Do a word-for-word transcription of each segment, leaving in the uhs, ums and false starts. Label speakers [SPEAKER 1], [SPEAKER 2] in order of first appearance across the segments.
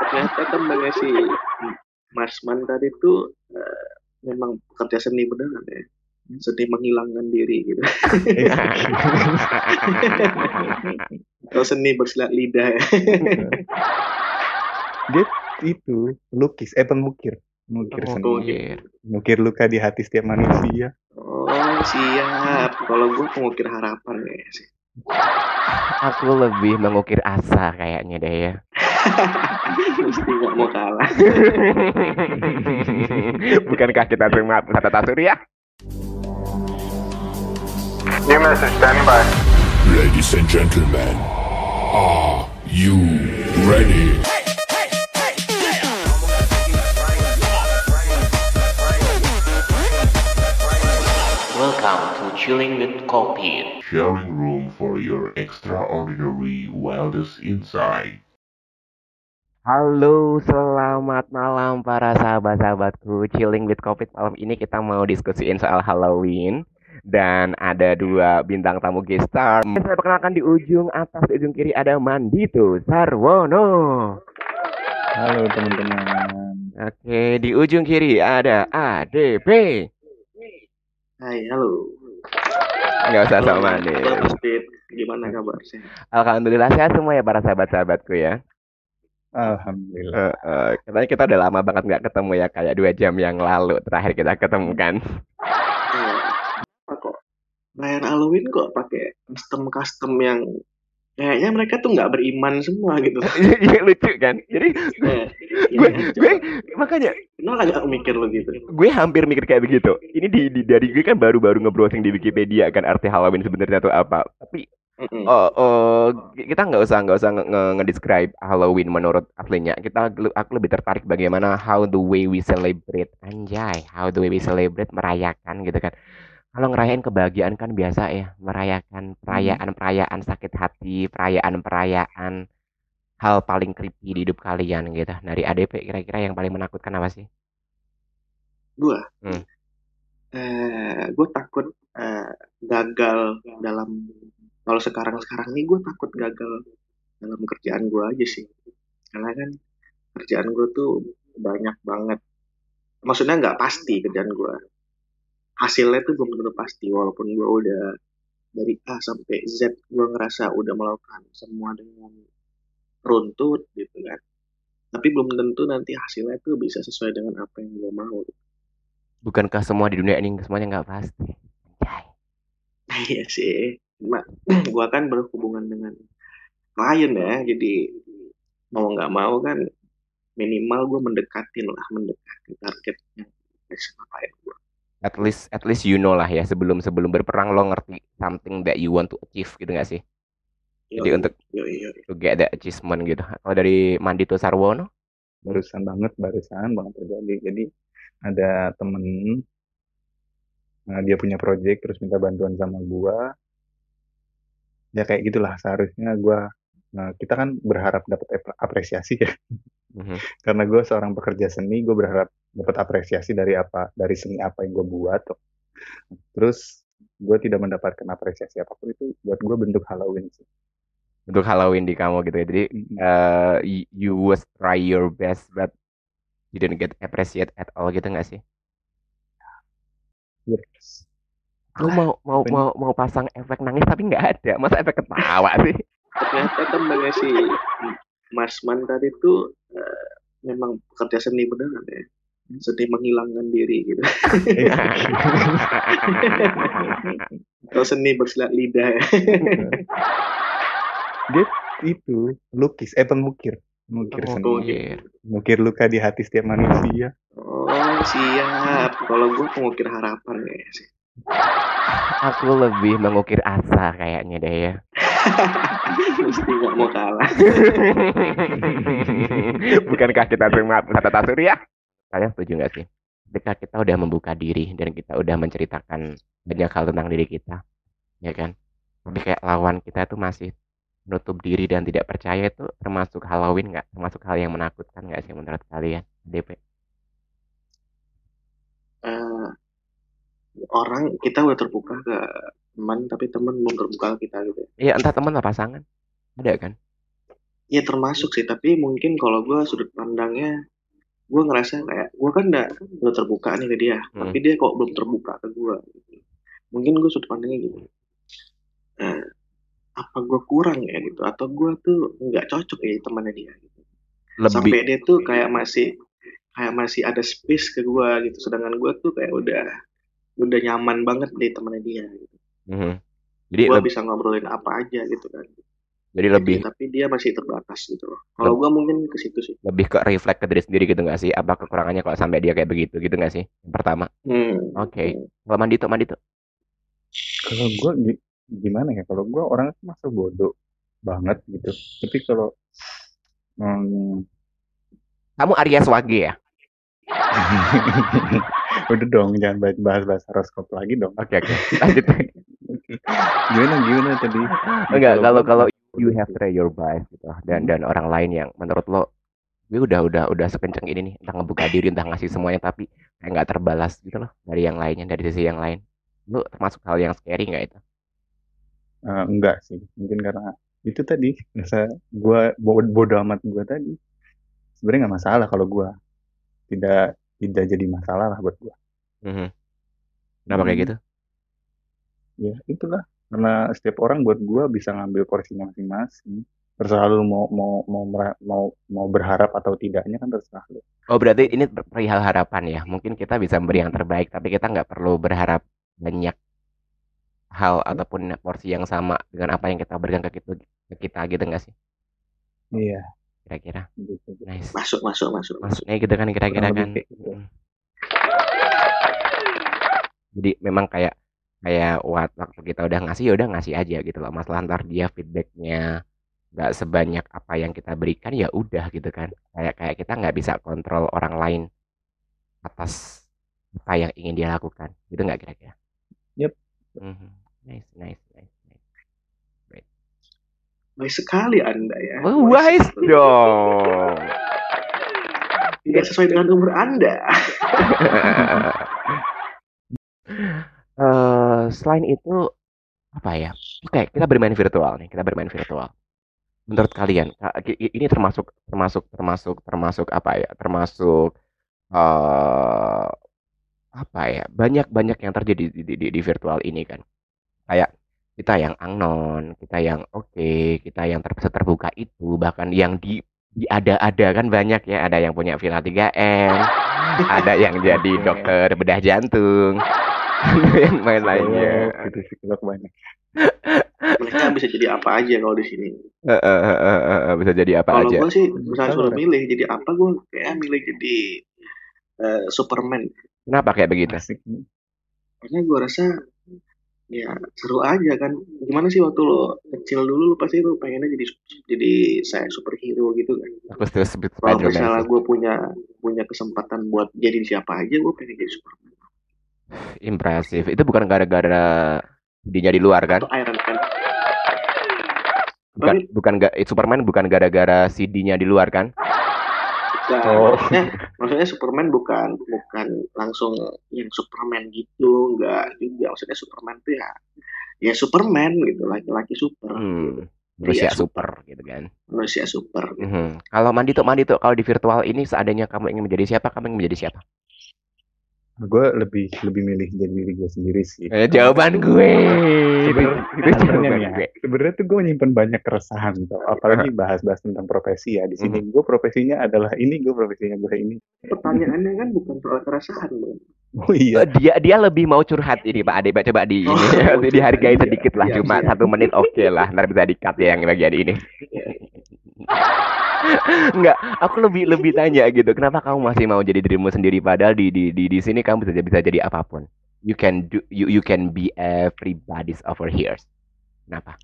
[SPEAKER 1] Ternyata temennya si Mas Man tadi tuh eh, memang pekerja seni beneran ya. Seni menghilangkan diri gitu. Atau seni bersilat lidah ya.
[SPEAKER 2] Dia itu lukis, eh pengukir, pengukir seni,
[SPEAKER 1] Pengukir.
[SPEAKER 2] mengukir luka di hati setiap manusia.
[SPEAKER 1] Oh siap. Kalau gue pengukir harapan ya sih.
[SPEAKER 3] Aku lebih mengukir asa kayaknya deh ya.
[SPEAKER 1] Mesti nggak mau kalah.
[SPEAKER 3] Bukankah kita semua Tata Tasuri ya?
[SPEAKER 4] New message standing by.
[SPEAKER 5] Ladies and gentlemen, are you ready?
[SPEAKER 6] Welcome to Chilling with Kopi.
[SPEAKER 5] Sharing room for your extraordinary wildest insight.
[SPEAKER 3] Halo, selamat malam para sahabat-sahabatku. Chilling with Covid malam ini kita mau diskusiin soal Halloween. Dan ada dua bintang tamu guest star. Saya perkenalkan di ujung atas, di ujung kiri ada Mandito Sarwono.
[SPEAKER 2] Halo teman-teman.
[SPEAKER 3] Oke, di ujung kiri ada A D P.
[SPEAKER 1] Hai, halo.
[SPEAKER 3] Nggak usah
[SPEAKER 1] Halo,
[SPEAKER 3] sama nih.
[SPEAKER 1] halo, Mas Dit. Gimana kabar sih?
[SPEAKER 3] Alhamdulillah sehat semua ya para sahabat-sahabatku ya.
[SPEAKER 2] Alhamdulillah.
[SPEAKER 3] Uh, uh, katanya kita udah lama banget nggak ketemu ya, kayak dua jam yang lalu terakhir kita ketemu kan.
[SPEAKER 1] Iya. Apa kok perayaan Halloween kok pakai custom-custom yang kayaknya mereka tuh nggak beriman semua gitu.
[SPEAKER 3] Iya lucu kan. Jadi
[SPEAKER 1] Eh,
[SPEAKER 3] gue
[SPEAKER 1] iya,
[SPEAKER 3] gue
[SPEAKER 1] coba.
[SPEAKER 3] makanya
[SPEAKER 1] Kenapa nggak mikir lo gitu?
[SPEAKER 3] gue hampir mikir kayak begitu. Ini di, di dari gue kan baru-baru nge-browsing di Wikipedia kan arti Halloween sebenarnya itu apa. Tapi
[SPEAKER 1] Mm-mm.
[SPEAKER 3] oh, oh, kita nggak usah nggak usah nge- nge- nge-describe Halloween menurut aslinya. Kita aku lebih tertarik bagaimana how the way we celebrate, anjay, how the way we celebrate, merayakan gitu kan. Kalau ngerayain kebahagiaan kan biasa ya, merayakan perayaan-perayaan sakit hati, perayaan-perayaan hal paling creepy di hidup kalian gitu. Dari A D P kira-kira yang paling menakutkan apa sih?
[SPEAKER 1] Gua,
[SPEAKER 3] Hmm.
[SPEAKER 1] eh, gue takut eh, gagal dalam kalau sekarang-sekarang ini gue takut gagal dalam kerjaan gue aja sih. Karena kan kerjaan gue tuh banyak banget. Maksudnya nggak pasti kerjaan gue. Hasilnya tuh belum tentu pasti. Walaupun gue udah dari A sampai Z, gue ngerasa udah melakukan semua dengan runtut gitu kan. Tapi belum tentu nanti hasilnya tuh bisa sesuai dengan apa yang gue mau.
[SPEAKER 3] Bukankah semua di dunia ini semuanya nggak pasti? Anjay.
[SPEAKER 1] Iya sih. Cuma gue kan berhubungan dengan klien ya. Jadi mau nggak mau kan minimal gue mendekatin lah, mendekati targetnya sama klien gue.
[SPEAKER 3] At least at least you know lah ya, sebelum sebelum berperang lo ngerti something that you want to achieve gitu nggak sih? Jadi
[SPEAKER 1] Yoi,
[SPEAKER 3] untuk
[SPEAKER 1] yoi, yoi.
[SPEAKER 3] to get the achievement gitu. Kalau dari Mandito Sarwono,
[SPEAKER 2] Barusan banget, barusan banget terjadi. Jadi ada temen, nah, dia punya project terus minta bantuan sama gua. Ya kayak gitulah seharusnya gua. Nah, kita kan berharap dapat ap- apresiasi ya.
[SPEAKER 3] mhm.
[SPEAKER 2] Karena gue seorang pekerja seni, gue berharap dapat apresiasi dari apa, dari seni apa yang gue buat. Terus gue tidak mendapatkan apresiasi apapun, itu buat gue bentuk Halloween sih.
[SPEAKER 3] Untuk Halloween di kamu gitu ya. Jadi
[SPEAKER 2] Mm-mm.
[SPEAKER 3] uh, you, you was try your best but you didn't get appreciate at all gitu nggak sih?
[SPEAKER 2] Yes.
[SPEAKER 3] Lu mau mau
[SPEAKER 2] Apa ini?
[SPEAKER 3] mau mau pasang efek nangis tapi nggak ada. Masa efek ketawa sih?
[SPEAKER 1] Ternyata temennya si Mas Man tadi tuh eh, memang pekerja seni beneran ya. Seni menghilangkan diri gitu. Atau seni bersilat lidah ya.
[SPEAKER 2] Dia itu lukis, eh pengukir, pengukir seni,
[SPEAKER 3] Pengukir.
[SPEAKER 2] mengukir luka di hati setiap manusia.
[SPEAKER 1] Oh siap. Kalau gue pengukir harapan ya sih.
[SPEAKER 3] Aku lebih mengukir asa kayaknya deh ya.
[SPEAKER 1] Mesti nggak mau kalah.
[SPEAKER 3] Bukankah kita semua Tata Tasuri ya? Kalian setuju nggak sih? Ketika kita udah membuka diri dan kita udah menceritakan banyak hal tentang diri kita, ya kan? Tapi kayak lawan kita tuh masih menutup diri dan tidak percaya, itu termasuk Halloween nggak? Termasuk hal yang menakutkan nggak sih menurut kalian? D P.
[SPEAKER 1] Eh, orang kita udah terbuka ke teman, tapi teman belum terbuka ke kita gitu.
[SPEAKER 3] Iya, entah teman atau pasangan. Ada kan?
[SPEAKER 1] Ya termasuk sih, tapi mungkin kalau gue sudut pandangnya, gue ngerasa kayak gue kan udah udah terbuka nih ke dia,
[SPEAKER 3] Hmm.
[SPEAKER 1] tapi dia kok belum terbuka ke gue. Mungkin gue sudut pandangnya gitu. Eh, apa gue kurang ya gitu, atau gue tuh nggak cocok ya temannya dia. Gitu.
[SPEAKER 3] Lebih
[SPEAKER 1] Sampai dia tuh kayak masih kayak masih ada space ke gue gitu, sedangkan gue tuh kayak udah udah nyaman banget di temannya dia. Gitu.
[SPEAKER 3] Mhm. Jadi
[SPEAKER 1] Gue
[SPEAKER 3] leb-
[SPEAKER 1] bisa ngobrolin apa aja gitu kan.
[SPEAKER 3] jadi
[SPEAKER 1] Gitu
[SPEAKER 3] lebih
[SPEAKER 1] ya, tapi dia masih terbatas gitu loh. Kalau
[SPEAKER 3] leb-
[SPEAKER 1] gue mungkin ke situ sih.
[SPEAKER 3] lebih ke reflect ke diri sendiri gitu nggak sih? Apa kekurangannya kalau sampai dia kayak begitu gitu nggak sih? Yang pertama.
[SPEAKER 1] Hmm.
[SPEAKER 3] Oke.
[SPEAKER 1] hmm.
[SPEAKER 3] Kalau mandi tuh mandi tuh.
[SPEAKER 2] Kalau gue gimana ya? Kalau gue orangnya tuh masa bodoh banget gitu. Tapi kalau hmm,
[SPEAKER 3] Kamu Aries Wage ya?
[SPEAKER 2] udah dong, jangan bahas bahas horoskop lagi dong.
[SPEAKER 3] Oke oke. Lanjut.
[SPEAKER 2] Gimana gimana tadi?
[SPEAKER 3] Enggak, kalau
[SPEAKER 2] gua
[SPEAKER 3] kalau
[SPEAKER 2] masa
[SPEAKER 3] you
[SPEAKER 2] bodoh
[SPEAKER 3] have
[SPEAKER 2] sih.
[SPEAKER 3] tried your best gitu dan
[SPEAKER 2] Hmm.
[SPEAKER 3] dan orang lain yang menurut lo gue udah udah udah sekenceng ini nih, entah ngebuka diri entah ngasih semuanya tapi kayak nggak terbalas gitu loh dari yang lainnya, dari sisi yang lain. Lu termasuk hal yang scary nggak itu?
[SPEAKER 2] Eh, enggak sih, mungkin karena itu tadi rasa gue bodoh amat gue tadi. Sebenarnya nggak masalah kalau gue tidak tidak jadi masalah lah buat gue.
[SPEAKER 3] Mhm. Kenapa kayak
[SPEAKER 2] Hmm,
[SPEAKER 3] gitu?
[SPEAKER 2] ya itulah karena setiap orang buat gue bisa ngambil porsinya masing-masing. Terserah lu mau mau mau mera- mau mau berharap atau tidaknya kan terserah lu.
[SPEAKER 3] Oh berarti ini perihal harapan ya. Mungkin kita bisa memberi yang
[SPEAKER 2] Hmm.
[SPEAKER 3] terbaik tapi kita nggak perlu berharap banyak hal
[SPEAKER 2] Ya,
[SPEAKER 3] ataupun porsi yang sama dengan apa yang kita berikan ke kita, ke kita gitu nggak sih?
[SPEAKER 2] iya,
[SPEAKER 3] Kira-kira.
[SPEAKER 2] gitu, gitu.
[SPEAKER 3] Nice.
[SPEAKER 1] Masuk, masuk, masuk, masuk.
[SPEAKER 3] Masuknya gitu kan kira-kira
[SPEAKER 2] Kurang lebih
[SPEAKER 3] kan.
[SPEAKER 2] kayak gitu.
[SPEAKER 3] Mm. Jadi memang kayak kayak wat- waktu kita udah ngasih ya udah ngasih aja gitu loh. Masalah ntar dia feedbacknya nggak sebanyak apa yang kita berikan ya udah gitu kan. Kayak kayak kita nggak bisa kontrol orang lain atas apa yang ingin dia lakukan. Gitu nggak kira-kira?
[SPEAKER 2] Yep.
[SPEAKER 3] Mhm. Nice, nice, nice, nice. Great.
[SPEAKER 1] Baik sekali Anda ya.
[SPEAKER 3] Oh,
[SPEAKER 1] Baik
[SPEAKER 3] wise
[SPEAKER 1] sekali.
[SPEAKER 3] dong.
[SPEAKER 1] Tidak sesuai dengan umur Anda.
[SPEAKER 3] Eh, selain itu apa ya? Oke, kita bermain virtual nih. Kita bermain virtual. Menurut kalian, ka- i- i- ini termasuk termasuk termasuk termasuk apa ya? Termasuk eh apa ya? Banyak-banyak yang terjadi di, di, di- di virtual ini kan. Kayak kita yang anon, kita yang oke, kita yang ter- terbuka itu, bahkan yang di diada-ada kan banyak ya. Ada yang punya villa tiga M, ada yang jadi
[SPEAKER 2] Oke.
[SPEAKER 3] dokter bedah jantung, ada yang main lainnya.
[SPEAKER 2] Psikolog, gitu psikolog banyak.
[SPEAKER 1] Mereka bisa jadi apa aja kalau di sini.
[SPEAKER 3] Eh, eh, eh, eh, eh, eh, bisa jadi apa
[SPEAKER 1] Kalau
[SPEAKER 3] aja.
[SPEAKER 1] gue sih misalnya
[SPEAKER 2] Kalau
[SPEAKER 1] suruh
[SPEAKER 2] Ren,
[SPEAKER 1] milih jadi apa, gue kayak milih jadi eh, Superman.
[SPEAKER 3] Kenapa kayak begitu?
[SPEAKER 2] asik nih.
[SPEAKER 1] Karena gue rasa ya seru aja kan. Gimana sih waktu lo kecil dulu lo pasti lo pengennya jadi jadi saya superhero gitu kan.
[SPEAKER 3] Aku terus sebut
[SPEAKER 1] Kalau
[SPEAKER 3] Spider-Man
[SPEAKER 1] misalnya
[SPEAKER 3] sih.
[SPEAKER 1] gue punya punya kesempatan buat jadi siapa aja, gue pengen jadi Superman
[SPEAKER 3] Impresif. Itu bukan gara-gara dinya di luar kan?
[SPEAKER 1] atau Iron Man.
[SPEAKER 3] Bukan
[SPEAKER 1] Tapi
[SPEAKER 3] bukan ga- Superman bukan gara-gara C D-nya di luar kan?
[SPEAKER 1] bukan,
[SPEAKER 2] Oh.
[SPEAKER 1] maksudnya maksudnya Superman bukan bukan langsung yang Superman gitu, enggak juga. Maksudnya Superman tuh ya ya Superman gitu, laki-laki super,
[SPEAKER 3] Hmm,
[SPEAKER 1] pria
[SPEAKER 3] manusia
[SPEAKER 1] super,
[SPEAKER 3] super gitu kan.
[SPEAKER 1] manusia super gitu.
[SPEAKER 3] Mhm. Kalau mandi tuh mandi tuh kalau di virtual ini seandainya kamu ingin menjadi siapa, kamu ingin menjadi siapa?
[SPEAKER 2] Gue lebih lebih milih jadi diri gue sendiri sih.
[SPEAKER 3] Eh,
[SPEAKER 2] Karena
[SPEAKER 3] jawaban gue. Itu,
[SPEAKER 2] sebenarnya
[SPEAKER 3] itu
[SPEAKER 2] sebenarnya
[SPEAKER 3] jawaban
[SPEAKER 2] nih ya,
[SPEAKER 3] gue.
[SPEAKER 2] sebenarnya tuh gue nyimpen banyak keresahan tuh. Apalagi bahas-bahas tentang profesi ya. Di sini
[SPEAKER 3] Mhm.
[SPEAKER 2] gue profesinya adalah ini, gue profesinya gue ini.
[SPEAKER 1] Pertanyaannya kan bukan soal keresahan, Bang.
[SPEAKER 2] Oh iya.
[SPEAKER 3] Eh, dia dia lebih mau curhat ini Pak Ade, Pak, coba di
[SPEAKER 1] Oh,
[SPEAKER 3] ini
[SPEAKER 1] mau curhat.
[SPEAKER 3] dihargai
[SPEAKER 1] Iya,
[SPEAKER 3] sedikit lah,
[SPEAKER 1] iya,
[SPEAKER 3] cuma
[SPEAKER 1] siap.
[SPEAKER 3] satu menit oke lah, ntar bisa di-cut ya yang bagian ini.
[SPEAKER 1] Iya.
[SPEAKER 3] Enggak, aku lebih lebih tanya gitu, kenapa kamu masih mau jadi dirimu sendiri padahal di di di, di sini kamu bisa bisa jadi apapun. You can do you you can be everybody's over here. Kenapa?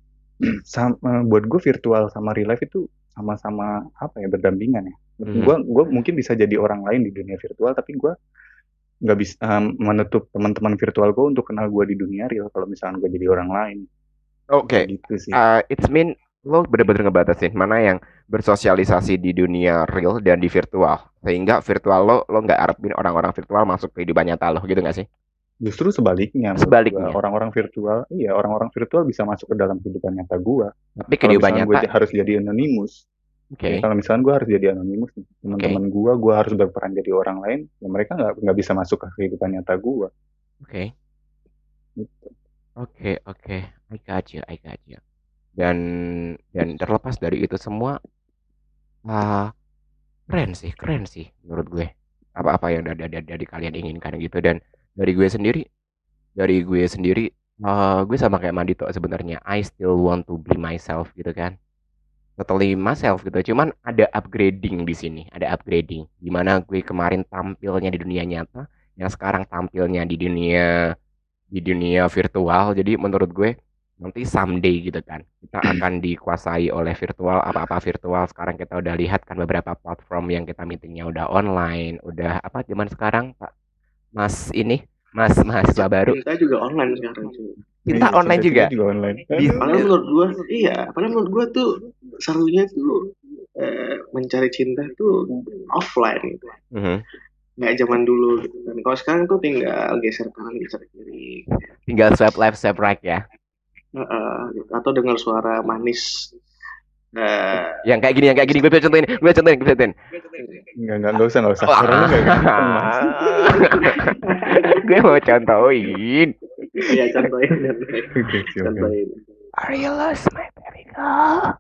[SPEAKER 2] Sama, buat gue virtual sama real life itu sama-sama apa ya, berdampingan ya.
[SPEAKER 3] Mhm.
[SPEAKER 2] Gue gue mungkin bisa jadi orang lain di dunia virtual, tapi gue nggak bisa um, menutup teman-teman virtual gue untuk kenal gue di dunia real kalau misalnya gue jadi orang lain.
[SPEAKER 3] Oke,
[SPEAKER 2] Kayak gitu sih.
[SPEAKER 3] uh, it's mean lo bener-bener ngebatasin mana yang bersosialisasi di dunia real dan di virtual, sehingga virtual lo lo nggak harapin orang-orang virtual masuk ke kehidupan nyata lo, gitu nggak sih?
[SPEAKER 2] Justru sebaliknya menurut gua,
[SPEAKER 3] Sebaliknya.
[SPEAKER 2] orang-orang virtual, iya orang-orang virtual bisa masuk ke dalam kehidupan nyata gua.
[SPEAKER 3] Tapi
[SPEAKER 2] Kalau
[SPEAKER 3] kehidupan
[SPEAKER 2] misalkan gue
[SPEAKER 3] nyata,
[SPEAKER 2] harus jadi anonimus,
[SPEAKER 3] oke,
[SPEAKER 2] ya kalau misalkan gue harus jadi anonimus, nih,
[SPEAKER 3] oke,
[SPEAKER 2] teman-teman gua, gua harus berperan jadi orang lain, ya mereka nggak nggak bisa masuk ke kehidupan nyata gua.
[SPEAKER 3] oke,
[SPEAKER 2] Gitu.
[SPEAKER 3] oke, oke. I got you, I got you. Dan dan terlepas dari itu semua, ah, keren sih, keren sih menurut gue. Apa-apa yang dari, dari, dari kalian inginkan gitu. Dan dari gue sendiri, dari gue sendiri, eh, gue sama kayak Mandito sebenarnya. I still want to be myself gitu kan. Totally myself gitu. Cuman ada upgrading di sini, ada upgrading. Dimana gue kemarin tampilnya di dunia nyata, yang sekarang tampilnya di dunia di dunia virtual. Jadi menurut gue nanti someday gitu kan kita akan dikuasai oleh virtual, apa-apa virtual. Sekarang kita udah lihat kan beberapa platform yang kita meetingnya udah online, udah apa zaman sekarang Pak Mas ini Mas mahasiswa baru
[SPEAKER 1] Cinta juga online sekarang cuy.
[SPEAKER 3] cinta
[SPEAKER 2] Iya,
[SPEAKER 3] online
[SPEAKER 2] cinta-cinta
[SPEAKER 3] juga.
[SPEAKER 2] juga online.
[SPEAKER 3] Di-
[SPEAKER 2] Aduh.
[SPEAKER 1] Padahal menurut gua, iya, padahal menurut gua tuh serunya tuh eh, mencari cinta tuh offline gitu.
[SPEAKER 3] Mhm.
[SPEAKER 1] Nggak zaman dulu gitu kan. Kalau sekarang tuh tinggal geser kanan geser kiri.
[SPEAKER 3] Tinggal swipe left swipe right ya,
[SPEAKER 1] Heeh, gitu. Atau dengar suara manis eh
[SPEAKER 3] yang kayak gini yang kayak gini gue bisa contohin gue bisa contohin gue bisa contohin.
[SPEAKER 2] Enggak, enggak, enggak usah, enggak usah. Suara lu enggak kenceng, Mas.
[SPEAKER 3] Gue mau contohin.
[SPEAKER 1] ya contohin contohin.
[SPEAKER 2] Oke, siap.
[SPEAKER 1] contohin.
[SPEAKER 3] Are you lost my baby girl?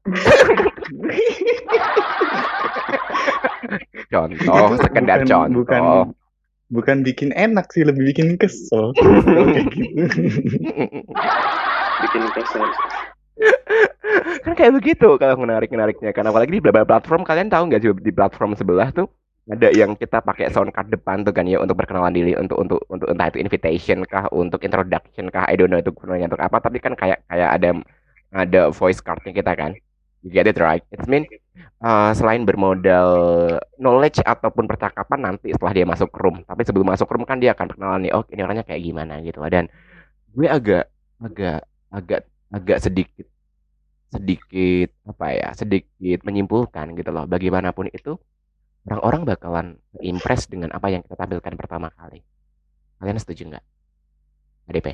[SPEAKER 3] Contoh, sekedar
[SPEAKER 2] Bukan-
[SPEAKER 3] contoh.
[SPEAKER 2] bukan bukan bikin enak sih, lebih bikin kesel. Kalau kayak gitu.
[SPEAKER 1] Bikin kesel.
[SPEAKER 3] Kan kayak begitu kalau menarik-nariknya kan, apalagi di beberapa platform. Kalian tahu nggak sih di platform sebelah tuh ada yang kita pakai sound card depan tuh kan ya, untuk perkenalan diri, untuk untuk untuk entah itu invitation kah, untuk introduction kah, I don't know itu gunanya untuk apa, tapi kan kayak kayak ada ada voice cardnya kita kan. You get it right? It mean uh, selain bermodal knowledge ataupun percakapan nanti setelah dia masuk room, tapi sebelum masuk room kan dia akan perkenalan nih, oh ini orangnya kayak gimana gitu. Dan gue agak agak agak agak sedikit sedikit apa ya sedikit menyimpulkan gitu loh, bagaimanapun itu orang-orang bakalan impress dengan apa yang kita tampilkan pertama kali. Kalian setuju nggak? A D P?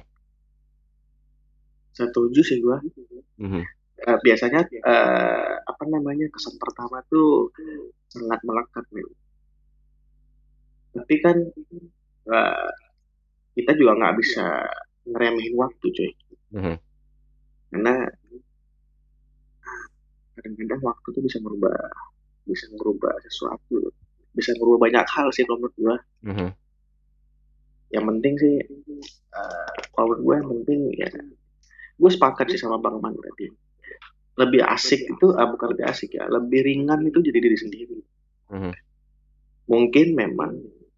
[SPEAKER 1] Setuju sih gua.
[SPEAKER 3] Mhm.
[SPEAKER 1] Eh, biasanya eh, apa namanya kesan pertama tuh sangat melekat nih. Tapi kan eh, kita juga nggak bisa ngeremehin waktu cuy.
[SPEAKER 3] Mhm.
[SPEAKER 1] Karena kadang-kadang waktu tuh bisa merubah bisa merubah sesuatu, bisa merubah banyak hal sih kalau menurut gua.
[SPEAKER 3] Mhm.
[SPEAKER 1] Yang penting sih eh, kalau menurut gua yang penting ya gue sepakat sih sama Bang Man tadi. Lebih asik itu ah, bukan lebih asik ya, lebih ringan itu jadi diri sendiri.
[SPEAKER 3] Mhm.
[SPEAKER 1] Mungkin memang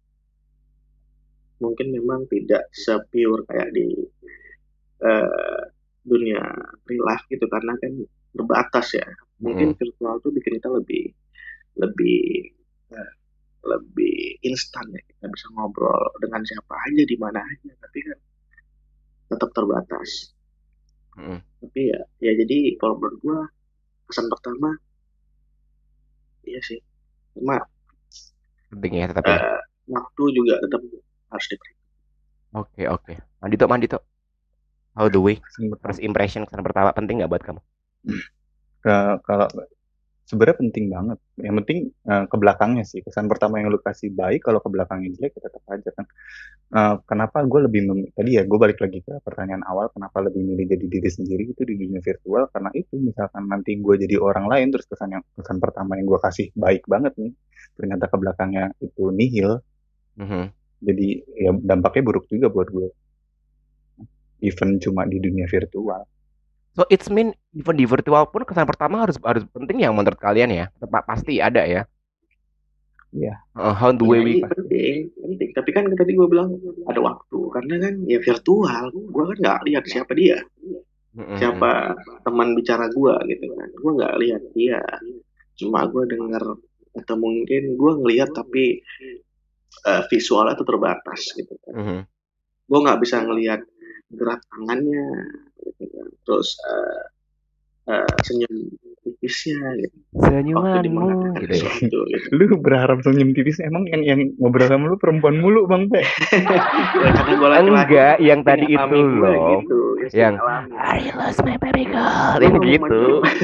[SPEAKER 1] mungkin memang tidak sepure kayak di eh, dunia real life gitu karena kan terbatas ya. Mungkin
[SPEAKER 3] Mhm.
[SPEAKER 1] virtual tuh bikin kita lebih lebih eh, lebih instan ya, kita bisa ngobrol dengan siapa aja di mana aja, tapi kan tetap terbatas.
[SPEAKER 3] Mhm.
[SPEAKER 1] Tapi ya ya jadi kalau menurut gua kesan pertama iya sih, cuma
[SPEAKER 3] Penting ya tetap ya.
[SPEAKER 1] eh, waktu juga tetap harus diberikan.
[SPEAKER 3] Oke oke. Mandito Mandito. How the way?
[SPEAKER 2] Kesan pertama.
[SPEAKER 3] First impression kesan pertama penting nggak buat kamu?
[SPEAKER 2] Ke- kalau sebenarnya penting banget. Yang penting eh, ke belakangnya sih. Kesan pertama yang lu kasih baik, kalau ke belakangnya jelek ya tetap aja kan. Eh, kenapa gue lebih mem- tadi ya gue balik lagi ke pertanyaan awal, kenapa lebih milih jadi diri sendiri itu di dunia virtual? Karena itu misalkan nanti gue jadi orang lain terus kesan yang kesan pertama yang gue kasih baik banget nih, ternyata ke belakangnya itu nihil.
[SPEAKER 3] Mhm.
[SPEAKER 2] Jadi ya dampaknya buruk juga buat gue. Even cuma di dunia virtual.
[SPEAKER 3] So it's mean even di virtual pun kesan pertama harus harus penting yang menurut kalian ya. Tepat pasti ada ya.
[SPEAKER 2] Iya.
[SPEAKER 3] Uh, how the
[SPEAKER 1] Iya,
[SPEAKER 3] way we
[SPEAKER 1] iya, penting, penting. Tapi kan tadi gue bilang ada waktu, karena kan ya virtual, gue kan nggak lihat siapa dia,
[SPEAKER 3] Mhm.
[SPEAKER 1] siapa teman bicara gue gitu kan, gue nggak lihat dia, cuma gue dengar atau mungkin gue ngelihat tapi eh, visualnya tuh terbatas gitu kan,
[SPEAKER 3] Mhm.
[SPEAKER 1] gue nggak bisa ngelihat gerak tangannya, gitu kan. Terus eh, eh, senyum tipisnya gitu. Waktu
[SPEAKER 3] Senyumanmu
[SPEAKER 1] dimana
[SPEAKER 3] gitu ya.
[SPEAKER 1] sesuatu gitu.
[SPEAKER 2] Lu berharap senyum tipis emang yang yang ngobrol sama lu perempuan mulu Bang Pe?
[SPEAKER 1] Ya karena gue laki-laki
[SPEAKER 3] Enggak, yang tadi itu
[SPEAKER 1] alami gue
[SPEAKER 3] loh.
[SPEAKER 1] gitu.
[SPEAKER 3] Yang
[SPEAKER 1] alami.
[SPEAKER 3] I lost my baby girl.
[SPEAKER 1] Lu
[SPEAKER 3] Yang
[SPEAKER 1] ngomong
[SPEAKER 3] gitu.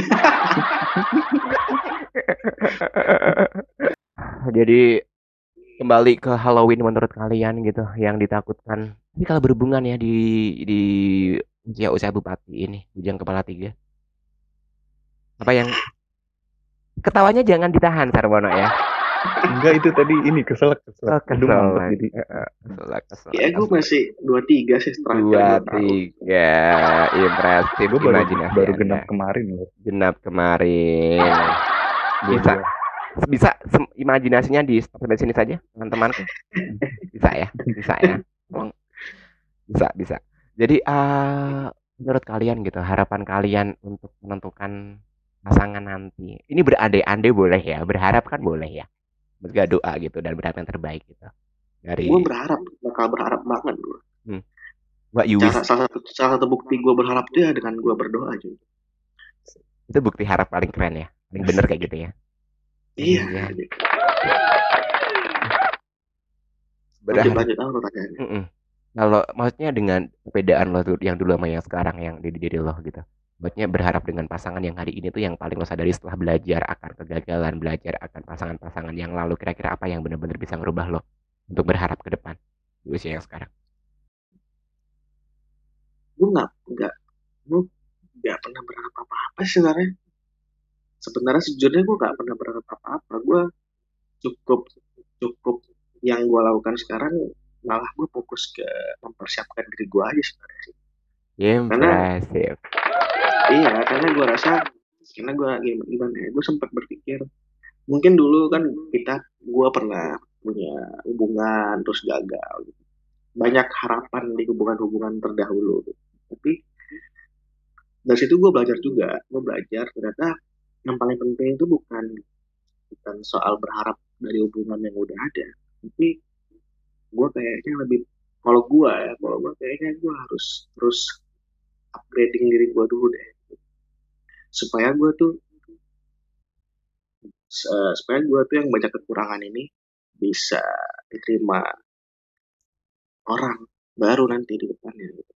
[SPEAKER 3] Jadi kembali ke Halloween menurut kalian gitu yang ditakutkan. Ini kalau berhubungan ya di di usia-usia bupati ini, bujang kepala tiga. Apa yang ketawanya jangan ditahan Sarwono ya.
[SPEAKER 2] Enggak, itu tadi ini keselak keselak.
[SPEAKER 3] Oh,
[SPEAKER 2] Hidung
[SPEAKER 3] kesel.
[SPEAKER 2] mampet jadi.
[SPEAKER 3] Heeh, kesel, kesel.
[SPEAKER 1] Ya gue masih dua tiga sih
[SPEAKER 3] dua
[SPEAKER 1] terakhir gue tahu.
[SPEAKER 3] tiga impresif
[SPEAKER 2] Gue baru
[SPEAKER 3] imajinasi
[SPEAKER 2] baru
[SPEAKER 3] Anda.
[SPEAKER 2] genap kemarin loh.
[SPEAKER 3] Genap kemarin. Bisa
[SPEAKER 2] Dua-dua.
[SPEAKER 3] bisa sem- imajinasinya di stop sampai sini saja teman-temanku. Bisa ya, bisa ya. Tolong. Bisa, bisa. Jadi uh, menurut kalian gitu, harapan kalian untuk menentukan pasangan nanti. Ini berandai-andai boleh ya, berharap kan boleh ya. Berdoa doa gitu dan berharap yang terbaik gitu. Dari
[SPEAKER 1] Gue berharap bakal berharap banget gue.
[SPEAKER 3] hmm. What you
[SPEAKER 1] Cara
[SPEAKER 3] wish,
[SPEAKER 1] salah satu salah satu bukti gue berharap dia dengan gue berdoa juga.
[SPEAKER 3] itu bukti harap paling keren ya. Paling bener kayak gitu ya.
[SPEAKER 1] Iya.
[SPEAKER 3] Iya.
[SPEAKER 1] Gitu.
[SPEAKER 3] Berharap.
[SPEAKER 1] Lanjut lanjut apa pertanyaannya?
[SPEAKER 3] Mm-mm. Kalau maksudnya dengan perbedaan lo tuh yang dulu sama yang sekarang yang di diri lo gitu. Maksudnya berharap dengan pasangan yang hari ini tuh yang paling lo sadari setelah belajar akan kegagalan, belajar akan pasangan-pasangan yang lalu, kira-kira apa yang benar-benar bisa ngerubah lo untuk berharap ke depan di usia yang sekarang?
[SPEAKER 1] Gue nggak nggak gue nggak pernah berharap apa-apa sih sebenarnya. Sebenarnya sejujurnya gue nggak pernah berharap apa-apa. Gue cukup cukup yang gue lakukan sekarang malah gue fokus ke mempersiapkan diri gue aja sebenarnya sih.
[SPEAKER 3] Impressive.
[SPEAKER 1] Iya, karena gue rasa karena gue gimana ya, gue sempat berpikir mungkin dulu kan kita gue pernah punya hubungan terus gagal gitu. Banyak harapan di hubungan-hubungan terdahulu gitu. Tapi dari situ gue belajar juga, gue belajar ternyata yang paling penting itu bukan bukan soal berharap dari hubungan yang udah ada, tapi gue kayaknya lebih kalau gue ya kalau gue kayaknya gue harus terus upgrading diri gue dulu deh supaya gue tuh uh, supaya gue tuh yang banyak kekurangan ini bisa diterima orang baru nanti di depannya gitu.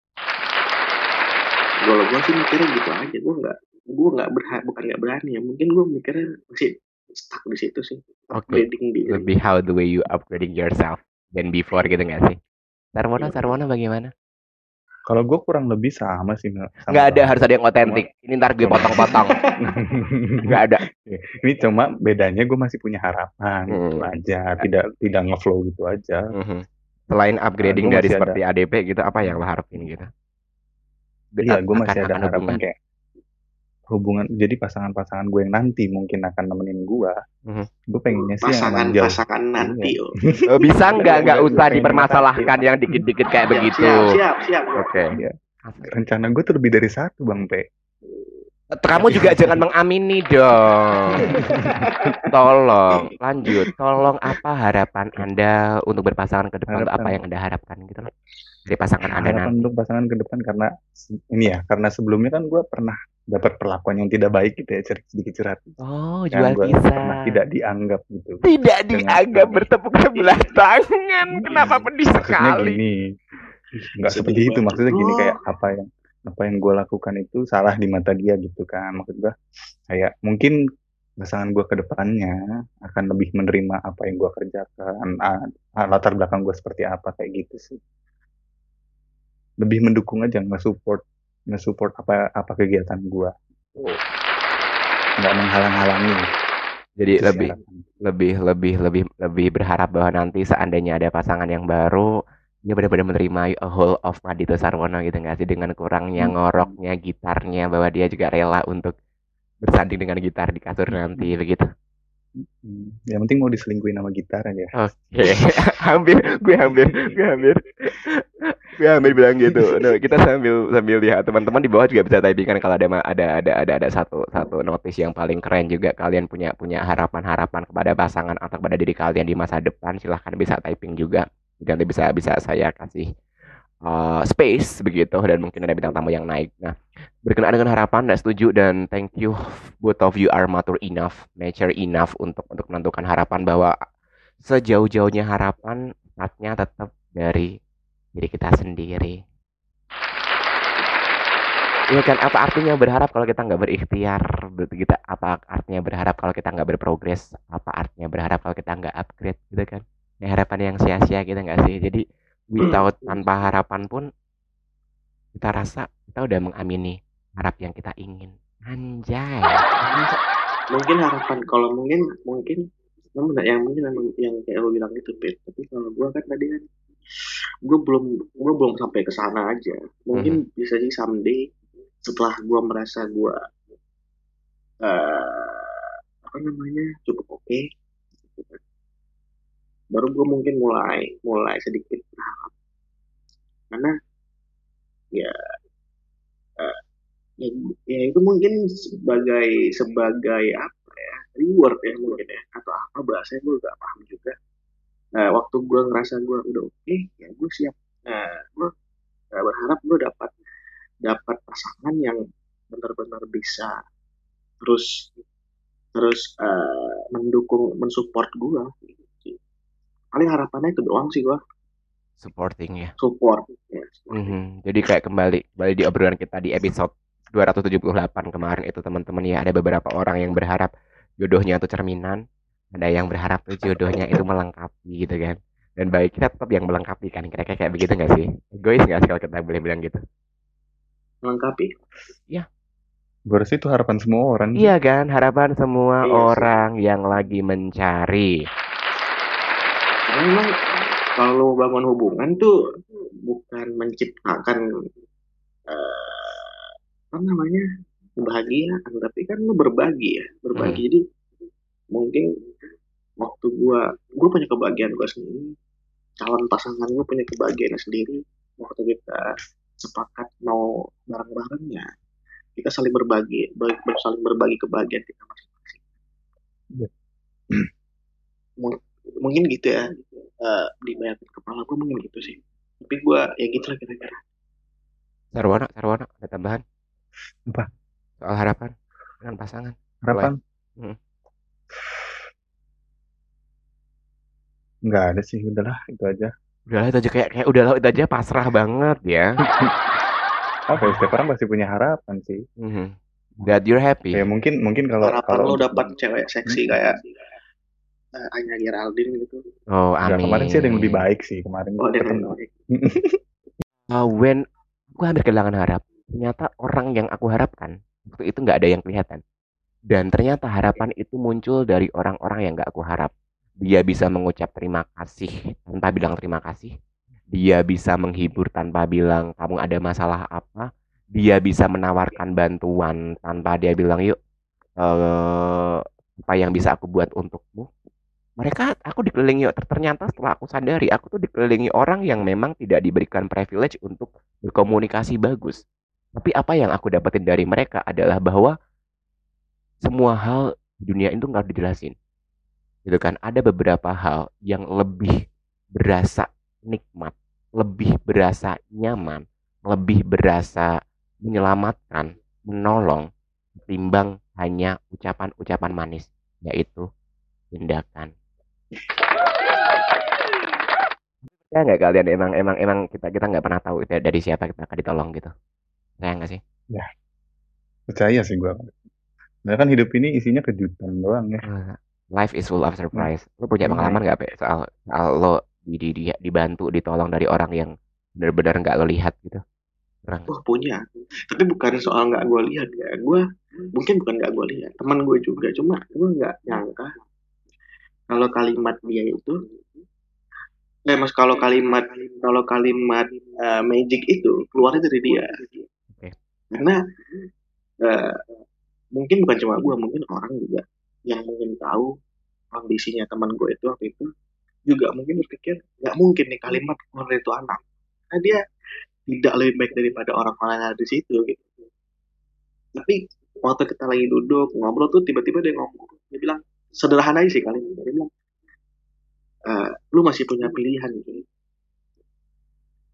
[SPEAKER 1] Kalau gue sih mikirnya gitu aja, gue nggak gue nggak berha bukan nggak berani ya, mungkin gue mikirnya masih stuck di situ sih.
[SPEAKER 3] Oke.
[SPEAKER 1] Upgrading diri.
[SPEAKER 3] Lebih how the way you upgrading yourself than before gitu nggak sih? Sarwono, Sarwono bagaimana?
[SPEAKER 2] Kalau gue kurang lebih sama sih. sama
[SPEAKER 3] Nggak ada,
[SPEAKER 2] Bang.
[SPEAKER 3] harus ada yang otentik. Ini ntar gue potong-potong. Nggak ada.
[SPEAKER 2] Ini cuma bedanya gue masih punya harapan gitu
[SPEAKER 3] Hmm.
[SPEAKER 2] aja, tidak tidak ngeflow gitu aja.
[SPEAKER 3] Mhm. Selain upgrading
[SPEAKER 2] Nah, gua
[SPEAKER 3] dari
[SPEAKER 2] masih
[SPEAKER 3] seperti A D P gitu, apa yang lo harapin gitu?
[SPEAKER 2] Iya, gue
[SPEAKER 3] Akan-
[SPEAKER 2] masih ada
[SPEAKER 3] akan
[SPEAKER 2] harapan
[SPEAKER 3] hubungan.
[SPEAKER 2] kayak hubungan. Jadi pasangan-pasangan gue yang nanti mungkin akan nemenin gue.
[SPEAKER 3] Mhm.
[SPEAKER 2] Gue pengennya sih yang emang
[SPEAKER 1] Pasangan
[SPEAKER 2] jauh.
[SPEAKER 1] pasangan nanti oh.
[SPEAKER 3] Oh, bisa nggak nggak
[SPEAKER 2] Nggak,
[SPEAKER 3] usah
[SPEAKER 2] nggak,
[SPEAKER 3] dipermasalahkan yang dikit-dikit kayak
[SPEAKER 1] Siap,
[SPEAKER 3] begitu.
[SPEAKER 1] siap siap siap.
[SPEAKER 3] Oke.
[SPEAKER 2] Iya. Rencana gue tuh lebih dari satu Bang Pe.
[SPEAKER 3] Kamu juga jangan mengamini dong. Tolong, lanjut. Tolong apa harapan Anda untuk berpasangan ke depan? Untuk apa
[SPEAKER 2] Harapan.
[SPEAKER 3] yang Anda harapkan gitu loh. Dari pasangan Anda
[SPEAKER 2] Harapan
[SPEAKER 3] nanti.
[SPEAKER 2] untuk pasangan ke depan karena se- ini ya, karena sebelumnya kan gue pernah dapat perlakuan yang tidak baik gitu ya, cer- sedikit curhat.
[SPEAKER 3] Oh,
[SPEAKER 2] Kan
[SPEAKER 3] jual
[SPEAKER 2] gue
[SPEAKER 3] pisang.
[SPEAKER 2] pernah tidak dianggap gitu.
[SPEAKER 3] Tidak
[SPEAKER 2] Dengan-
[SPEAKER 3] dianggap bertepuk sebelah tangan. Kenapa pedih
[SPEAKER 2] Maksudnya
[SPEAKER 3] sekali?
[SPEAKER 2] gini, nggak
[SPEAKER 1] Sedih
[SPEAKER 2] seperti itu.
[SPEAKER 1] banget,
[SPEAKER 2] Maksudnya gini
[SPEAKER 1] bro.
[SPEAKER 2] kayak apa yang apa yang gue lakukan itu salah di mata dia gitu kan. Maksud gue kayak mungkin pasangan gue ke depannya akan lebih menerima apa yang gue kerjakan, ah, ah, latar belakang gue seperti apa kayak gitu sih. Lebih mendukung aja, nge-support nge-support apa apa kegiatan gue. Nggak menghalang-halangi.
[SPEAKER 3] Jadi
[SPEAKER 2] Itu sih
[SPEAKER 3] lebih
[SPEAKER 2] harapan.
[SPEAKER 3] lebih lebih lebih lebih berharap bahwa nanti seandainya ada pasangan yang baru dia benar-benar menerima a whole of Madito Sarwono gitu nggak sih, dengan kurangnya
[SPEAKER 2] Hmm.
[SPEAKER 3] ngoroknya gitarnya, bahwa dia juga rela untuk bersanding dengan gitar di kasur nanti begitu.
[SPEAKER 2] Hmm, yang penting mau diselingkuhin sama gitar aja.
[SPEAKER 3] Oke. hampir gue hampir gue hampir gue hampir bilang gitu. Nah, kita sambil sambil lihat teman-teman di bawah juga bisa typing kan kalau ada ma- ada ada ada ada satu satu notice yang paling keren juga, kalian punya punya harapan-harapan kepada pasangan atau kepada diri kalian di masa depan, silahkan bisa typing juga. Nanti bisa bisa saya kasih uh, space begitu, dan mungkin ada bintang tamu yang naik. Nah, berkenaan dengan harapan, nggak setuju, dan thank you, both of you are mature enough, mature enough untuk untuk menentukan harapan, bahwa sejauh-jauhnya harapan startnya tetap dari diri kita sendiri. Iya kan, apa artinya berharap kalau kita nggak berikhtiar? Berarti kita, apa artinya berharap kalau kita nggak berprogres? Apa artinya berharap kalau kita nggak upgrade gitu kan? Ya, harapan yang sia-sia kita nggak sih? Jadi without, tanpa harapan pun kita rasa kita udah mengamini harap yang kita ingin. Anjay.
[SPEAKER 1] Mungkin harapan, kalau mungkin mungkin memang nggak, yang mungkin memang yang kayak lo bilang itu, Pit. Tapi kalau gue kan tadi kan gue belum gue belum sampai ke sana aja. Mungkin
[SPEAKER 3] Mhm.
[SPEAKER 1] bisa sih someday setelah gue merasa gue eh apa namanya cukup oke, gitu kan, baru gue mungkin mulai mulai sedikit berharap. Karena ya eh, ya, ya itu mungkin sebagai sebagai apa ya, reward ya mungkin ya, atau apa bahasanya gue gak paham juga. Nah, waktu gue ngerasa gue udah oke, ya gue siap. Nah, gue uh, berharap gue dapat dapat pasangan yang benar-benar bisa terus terus uh, mendukung, mensupport gue. Paling harapannya itu doang sih, gue
[SPEAKER 3] Supporting ya.
[SPEAKER 1] support ya, supporting.
[SPEAKER 3] Mhm. Jadi kayak kembali kembali di obrolan kita di episode dua ratus tujuh puluh delapan kemarin itu, teman-teman ya, ada beberapa orang yang berharap jodohnya itu cerminan, ada yang berharap tuh jodohnya itu melengkapi gitu kan. Dan baik kita tetap yang melengkapi kan, kira-kira kayak begitu nggak sih? Egois nggak sih kalau kita boleh bilang gitu?
[SPEAKER 1] Melengkapi.
[SPEAKER 3] Iya,
[SPEAKER 2] Gue rasa itu harapan semua orang sih.
[SPEAKER 3] iya kan, harapan semua
[SPEAKER 1] Iya sih.
[SPEAKER 3] orang yang lagi mencari.
[SPEAKER 1] Karena memang kalau lo bangun hubungan tuh bukan menciptakan eh, apa namanya kebahagiaan, tapi kan lo berbagi ya, berbagi.
[SPEAKER 3] Mhm.
[SPEAKER 1] Jadi mungkin waktu gua gua punya kebahagiaan gua sendiri, calon pasangan gua punya kebahagiaan sendiri. Waktu kita sepakat mau bareng-bareng, ya kita saling berbagi, baik saling berbagi kebahagiaan kita masing-masing.
[SPEAKER 2] Iya.
[SPEAKER 1] Mung- Mungkin gitu ya, eh, di bayangan kepala gua mungkin gitu sih. Tapi gua ya gitu lah kira-kira.
[SPEAKER 3] Sarwana, Sarwana, ada tambahan
[SPEAKER 2] Apa?
[SPEAKER 3] soal harapan dengan pasangan?
[SPEAKER 2] Harapan?
[SPEAKER 3] Hmm.
[SPEAKER 2] Nggak ada sih, udahlah itu aja.
[SPEAKER 3] Udahlah itu aja, kayak kayak udahlah itu aja, pasrah banget ya.
[SPEAKER 2] Apa ya, setiap orang pasti punya harapan sih.
[SPEAKER 3] Mhm. That you're happy.
[SPEAKER 2] Ya mungkin mungkin kalau
[SPEAKER 1] Harapan
[SPEAKER 2] kalau
[SPEAKER 1] lo
[SPEAKER 2] untuk
[SPEAKER 1] dapat cewek seksi
[SPEAKER 2] Hmm.
[SPEAKER 1] kayak eh, Anya Geraldine gitu.
[SPEAKER 3] Oh,
[SPEAKER 2] Nggak, kemarin sih ada yang lebih
[SPEAKER 3] amin.
[SPEAKER 2] baik sih kemarin
[SPEAKER 1] Oh, dan
[SPEAKER 2] ketemu.
[SPEAKER 3] Uh, when aku hampir kehilangan harap, ternyata orang yang aku harapkan waktu itu nggak ada yang kelihatan. Dan ternyata harapan itu muncul dari orang-orang yang nggak aku harap. Dia bisa mengucap terima kasih tanpa bilang terima kasih. Dia bisa menghibur tanpa bilang kamu ada masalah apa. Dia bisa menawarkan bantuan tanpa dia bilang yuk eh, apa yang bisa aku buat untukmu. Mereka, aku dikelilingi, ternyata setelah aku sadari, aku tuh dikelilingi orang yang memang tidak diberikan privilege untuk berkomunikasi bagus. Tapi apa yang aku dapetin dari mereka adalah bahwa semua hal di dunia itu nggak harus dijelasin. Gitu kan? Ada beberapa hal yang lebih berasa nikmat, lebih berasa nyaman, lebih berasa menyelamatkan, menolong, ketimbang hanya ucapan-ucapan manis, yaitu tindakan. Ya nggak kalian, emang emang emang kita kita nggak pernah tahu itu dari siapa kita akan ditolong gitu. Saya nggak sih?
[SPEAKER 2] Ya, percaya sih gue. Nah kan hidup ini isinya kejutan doang ya.
[SPEAKER 3] Eh, Life is full of surprise. Lo punya
[SPEAKER 2] Hmm.
[SPEAKER 3] pengalaman nggak, Pe? Soal soal lo di, di, di- dibantu, ditolong dari orang yang benar-benar nggak lo lihat gitu. Pernah nggak?
[SPEAKER 1] Wah, punya. Tapi bukan soal nggak gue lihat ya. Gue mungkin bukan nggak gue lihat. Teman gue juga. Cuma gue nggak nyangka kalau kalimat dia itu, eh mas kalau kalimat kalau kalimat eh, magic itu keluarnya dari dia.
[SPEAKER 3] Oke.
[SPEAKER 1] Karena eh, mungkin bukan cuma gue, mungkin orang juga yang mungkin tahu kondisinya teman gue itu waktu itu juga mungkin berpikir nggak mungkin nih kalimat keluar dari itu anak. Karena dia tidak lebih baik daripada orang-orang yang ada di situ gitu. Tapi waktu kita lagi duduk ngobrol tuh tiba-tiba dia ngomong, dia bilang sederhana aja sih kali dia bilang, "Eh, lu masih punya pilihan gitu.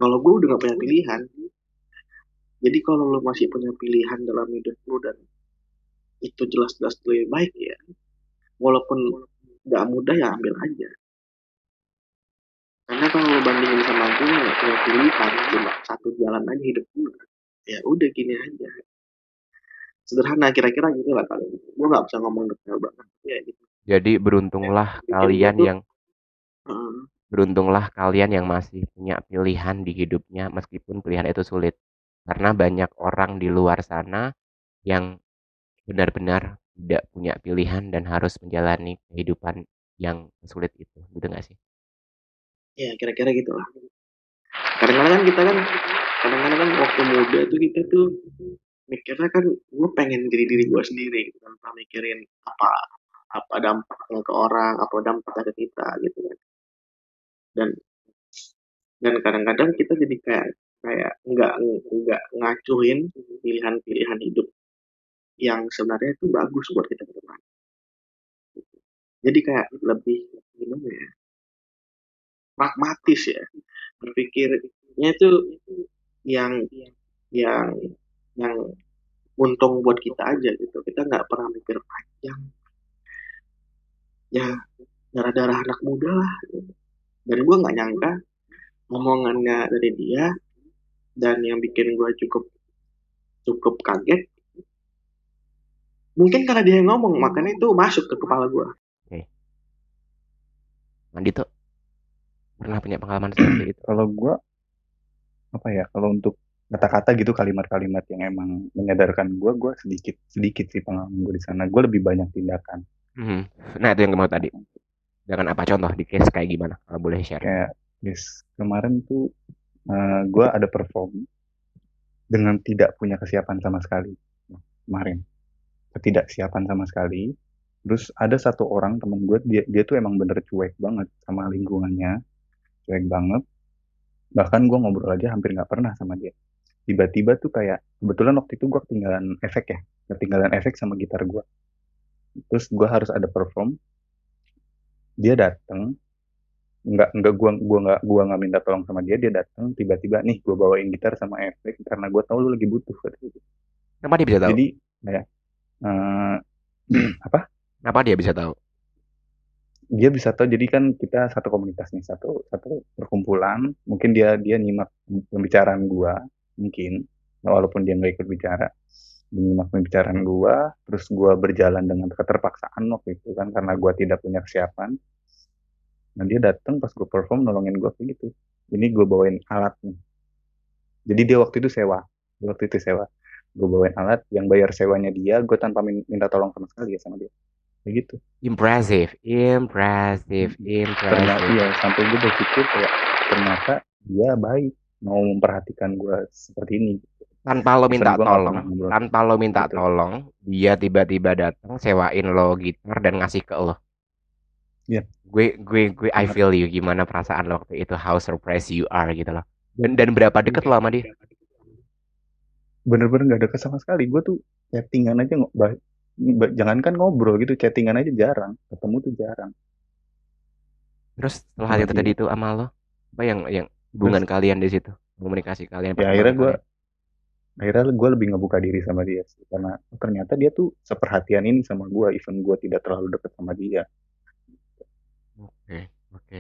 [SPEAKER 1] Kalau gue udah gak punya pilihan, jadi kalau lo masih punya pilihan dalam hidup lo dan itu jelas-jelas lebih baik ya, walaupun gak mudah ya ambil aja. Karena kalau lo bandingin sama gue gak punya pilihan, cuma satu jalan aja hidup gue, ya udah gini aja. Sederhana kira-kira gitu lah kali. Gue gak bisa ngomong detail banget ya gitu.
[SPEAKER 3] Jadi beruntunglah
[SPEAKER 1] Bikin gue
[SPEAKER 3] kalian
[SPEAKER 1] tuh
[SPEAKER 3] yang
[SPEAKER 1] uh,
[SPEAKER 3] beruntunglah kalian yang masih punya pilihan di hidupnya meskipun pilihan itu sulit. Karena banyak orang di luar sana yang benar-benar tidak punya pilihan dan harus menjalani kehidupan yang sulit itu. Gitu nggak sih?
[SPEAKER 1] ya kira-kira gitu lah. Kadang-kadang kan kita kan kadang-kadang kan waktu muda tuh kita tuh mikirnya kan gue pengen diri diri gue sendiri gitu, tanpa mikirin apa apa dampaknya ke orang, apa dampaknya ke kita gitu kan. Dan dan kadang-kadang kita jadi kayak kayak nggak nggak ngacuin pilihan-pilihan hidup yang sebenarnya itu bagus buat kita ke depan. Jadi kayak lebih gimana ya, pragmatis ya, berpikirnya itu yang yang yang untung buat kita aja gitu. Kita nggak pernah mikir panjang, ya darah-darah anak muda lah. Dan gue nggak nyangka omongannya dari dia, dan yang bikin gue cukup cukup kaget, mungkin karena dia yang ngomong makanya itu masuk ke kepala gue.
[SPEAKER 3] Oke. Mandi tuh pernah punya pengalaman seperti itu?
[SPEAKER 2] Kalau gue apa ya, kalau untuk kata-kata gitu, kalimat-kalimat yang emang menyadarkan gue, gue sedikit sedikit sih pengalaman gue di sana. Gue lebih banyak tindakan.
[SPEAKER 3] Hmm. Nah itu yang gue mau tadi. Dengan apa contoh di case kayak gimana? Kalau boleh share.
[SPEAKER 2] Kayak yes, kemarin tuh uh, gue ada perform dengan tidak punya kesiapan sama sekali kemarin, ketidaksiapan sama sekali. Terus ada satu orang temen gue, dia dia tuh emang bener cuek banget sama lingkungannya, cuek banget. Bahkan gue ngobrol aja hampir nggak pernah sama dia. Tiba-tiba tuh kayak kebetulan waktu itu gue ketinggalan efek ya, ketinggalan efek sama gitar gue. Terus gue harus ada perform, dia datang, nggak nggak gua gua nggak gua nggak minta tolong sama dia, dia datang tiba-tiba, nih gue bawain gitar sama efek karena gue tahu lu lagi butuh gitu.
[SPEAKER 3] Kenapa dia bisa tahu?
[SPEAKER 2] Jadi kayak uh, apa?
[SPEAKER 3] Kenapa dia bisa tahu?
[SPEAKER 2] Dia bisa tahu, jadi kan kita satu komunitas nih, satu satu perkumpulan. Mungkin dia dia nyimak pembicaraan gua, mungkin walaupun dia nggak ikut bicara, dia nyimak pembicaraan gua. Terus gua berjalan dengan keterpaksaan waktu itu kan, karena gua tidak punya kesiapan. Nah dia datang pas gue perform nolongin gue kayak gitu. Ini gue bawain alat nih. Jadi dia waktu itu sewa, dia waktu itu sewa. Gue bawain alat, yang bayar sewanya dia, gue tanpa min- minta tolong sama sekali ya sama dia. Kayak gitu.
[SPEAKER 3] Impressive, impressive,
[SPEAKER 2] Ternyata
[SPEAKER 3] impressive.
[SPEAKER 2] ya, sampai gue berpikir kayak ternyata dia baik, mau memperhatikan gue seperti ini.
[SPEAKER 3] Tanpa lo
[SPEAKER 2] Even
[SPEAKER 3] minta
[SPEAKER 2] gue nggak
[SPEAKER 3] tolong,
[SPEAKER 2] pernah ngobrol.
[SPEAKER 3] tanpa lo minta
[SPEAKER 2] Betul.
[SPEAKER 3] tolong, dia tiba-tiba datang sewain lo gitar dan ngasih ke lo.
[SPEAKER 2] Iya.
[SPEAKER 3] Gue gue gue I
[SPEAKER 2] Benar.
[SPEAKER 3] feel you, gimana perasaan lo waktu itu, how surprised you are gitu loh. Dan dan berapa deket lo sama dia?
[SPEAKER 2] Bener-bener gak deket sama sekali. Gue tuh chattingan aja, ngo- bah- bah- jangankan ngobrol gitu, chattingan aja jarang, ketemu tuh jarang
[SPEAKER 3] Terus setelah hal
[SPEAKER 2] sama
[SPEAKER 3] yang terjadi
[SPEAKER 2] dia.
[SPEAKER 3] itu sama lo, apa yang yang
[SPEAKER 2] Terus
[SPEAKER 3] hubungan kalian di situ, komunikasi kalian,
[SPEAKER 2] ya akhirnya
[SPEAKER 3] perkembangan
[SPEAKER 2] gue
[SPEAKER 3] kalian?
[SPEAKER 2] akhirnya gue lebih ngebuka diri sama dia sih, karena oh, ternyata dia tuh seperhatian ini sama gue, even gue tidak terlalu deket sama dia.
[SPEAKER 3] Oke, oke,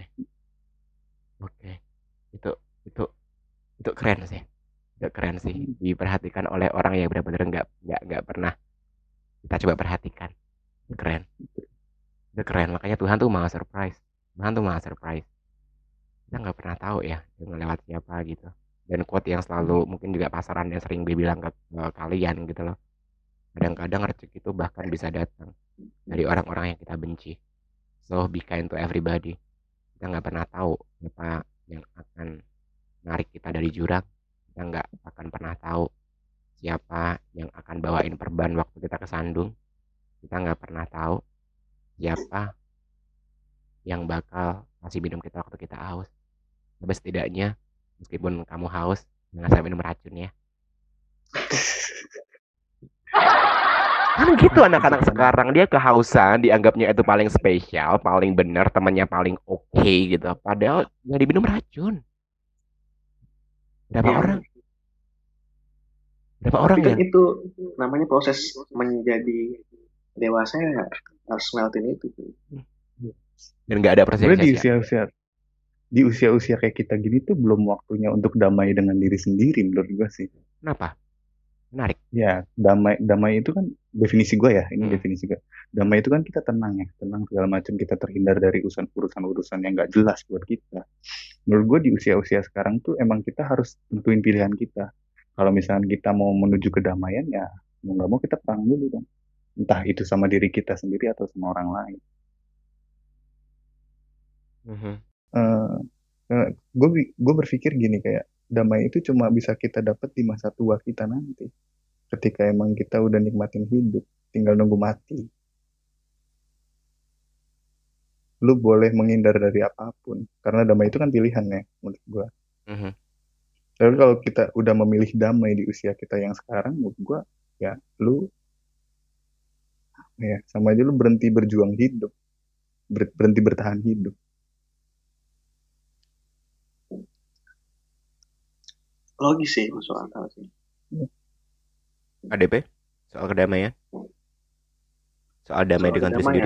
[SPEAKER 3] oke. Itu itu itu keren sih. Itu keren sih. Diperhatikan oleh orang yang benar-benar nggak nggak nggak pernah kita coba perhatikan. Itu keren. Itu keren. Makanya Tuhan tuh maha surprise. Tuhan tuh maha surprise. Kita nggak pernah tahu ya dia ngelewat siapa gitu. Dan quote yang selalu mungkin juga pasaran yang sering gue bilang ke, ke kalian gitu loh. Kadang-kadang rezeki itu bahkan bisa datang dari orang-orang yang kita benci. So be kind to everybody. Kita nggak pernah tahu apa yang akan narik kita dari jurang. Kita nggak akan pernah tahu siapa yang akan bawain perban waktu kita kesandung. Kita nggak pernah tahu siapa yang bakal kasih minum kita waktu kita haus. Tapi setidaknya meskipun kamu haus, jangan sampai minum racun ya. Kan gitu anak-anak sekarang, dia kehausan dianggapnya itu paling spesial, paling benar, temannya paling oke gitu. Padahal yang diminum racun. Berapa
[SPEAKER 1] Ya,
[SPEAKER 3] orang? Berapa
[SPEAKER 1] tapi
[SPEAKER 3] orang
[SPEAKER 1] kan
[SPEAKER 3] yang
[SPEAKER 1] itu namanya proses menjadi dewasa ya, harus ngelakuin itu.
[SPEAKER 3] dan nggak ada
[SPEAKER 2] Sebenarnya di
[SPEAKER 3] persiapan.
[SPEAKER 2] usia-usia di usia-usia kayak kita gini tuh belum waktunya untuk damai dengan diri sendiri menurut gue sih.
[SPEAKER 3] Kenapa? Menarik.
[SPEAKER 2] Ya, damai damai itu kan definisi gue ya, ini
[SPEAKER 3] Hmm.
[SPEAKER 2] definisi gue. Damai itu kan kita tenang ya, tenang segala macam, kita terhindar dari urusan urusan-urusan yang nggak jelas buat kita. Menurut gue di usia-usia sekarang tuh emang kita harus tentuin pilihan kita. Kalau misalnya kita mau menuju kedamaian ya mau nggak mau kita perang dulu dong. Entah itu sama diri kita sendiri atau sama orang lain.
[SPEAKER 3] Mhm.
[SPEAKER 2] Eh, eh, gue gue berpikir gini kayak damai itu cuma bisa kita dapat di masa tua kita nanti. Ketika emang kita udah nikmatin hidup, tinggal nunggu mati. Lu boleh menghindar dari apapun, karena damai itu kan pilihan ya, menurut gua.
[SPEAKER 3] Mhm.
[SPEAKER 2] Lalu kalau kita udah memilih damai di usia kita yang sekarang, menurut gua, ya lu, ya sama aja lu berhenti berjuang hidup, ber- berhenti bertahan hidup.
[SPEAKER 1] Logis sih, masuk akal sih.
[SPEAKER 3] A D P soal kedamaian. Soal damai
[SPEAKER 1] Soal
[SPEAKER 3] dengan diri
[SPEAKER 1] kedamaian,
[SPEAKER 3] sendiri.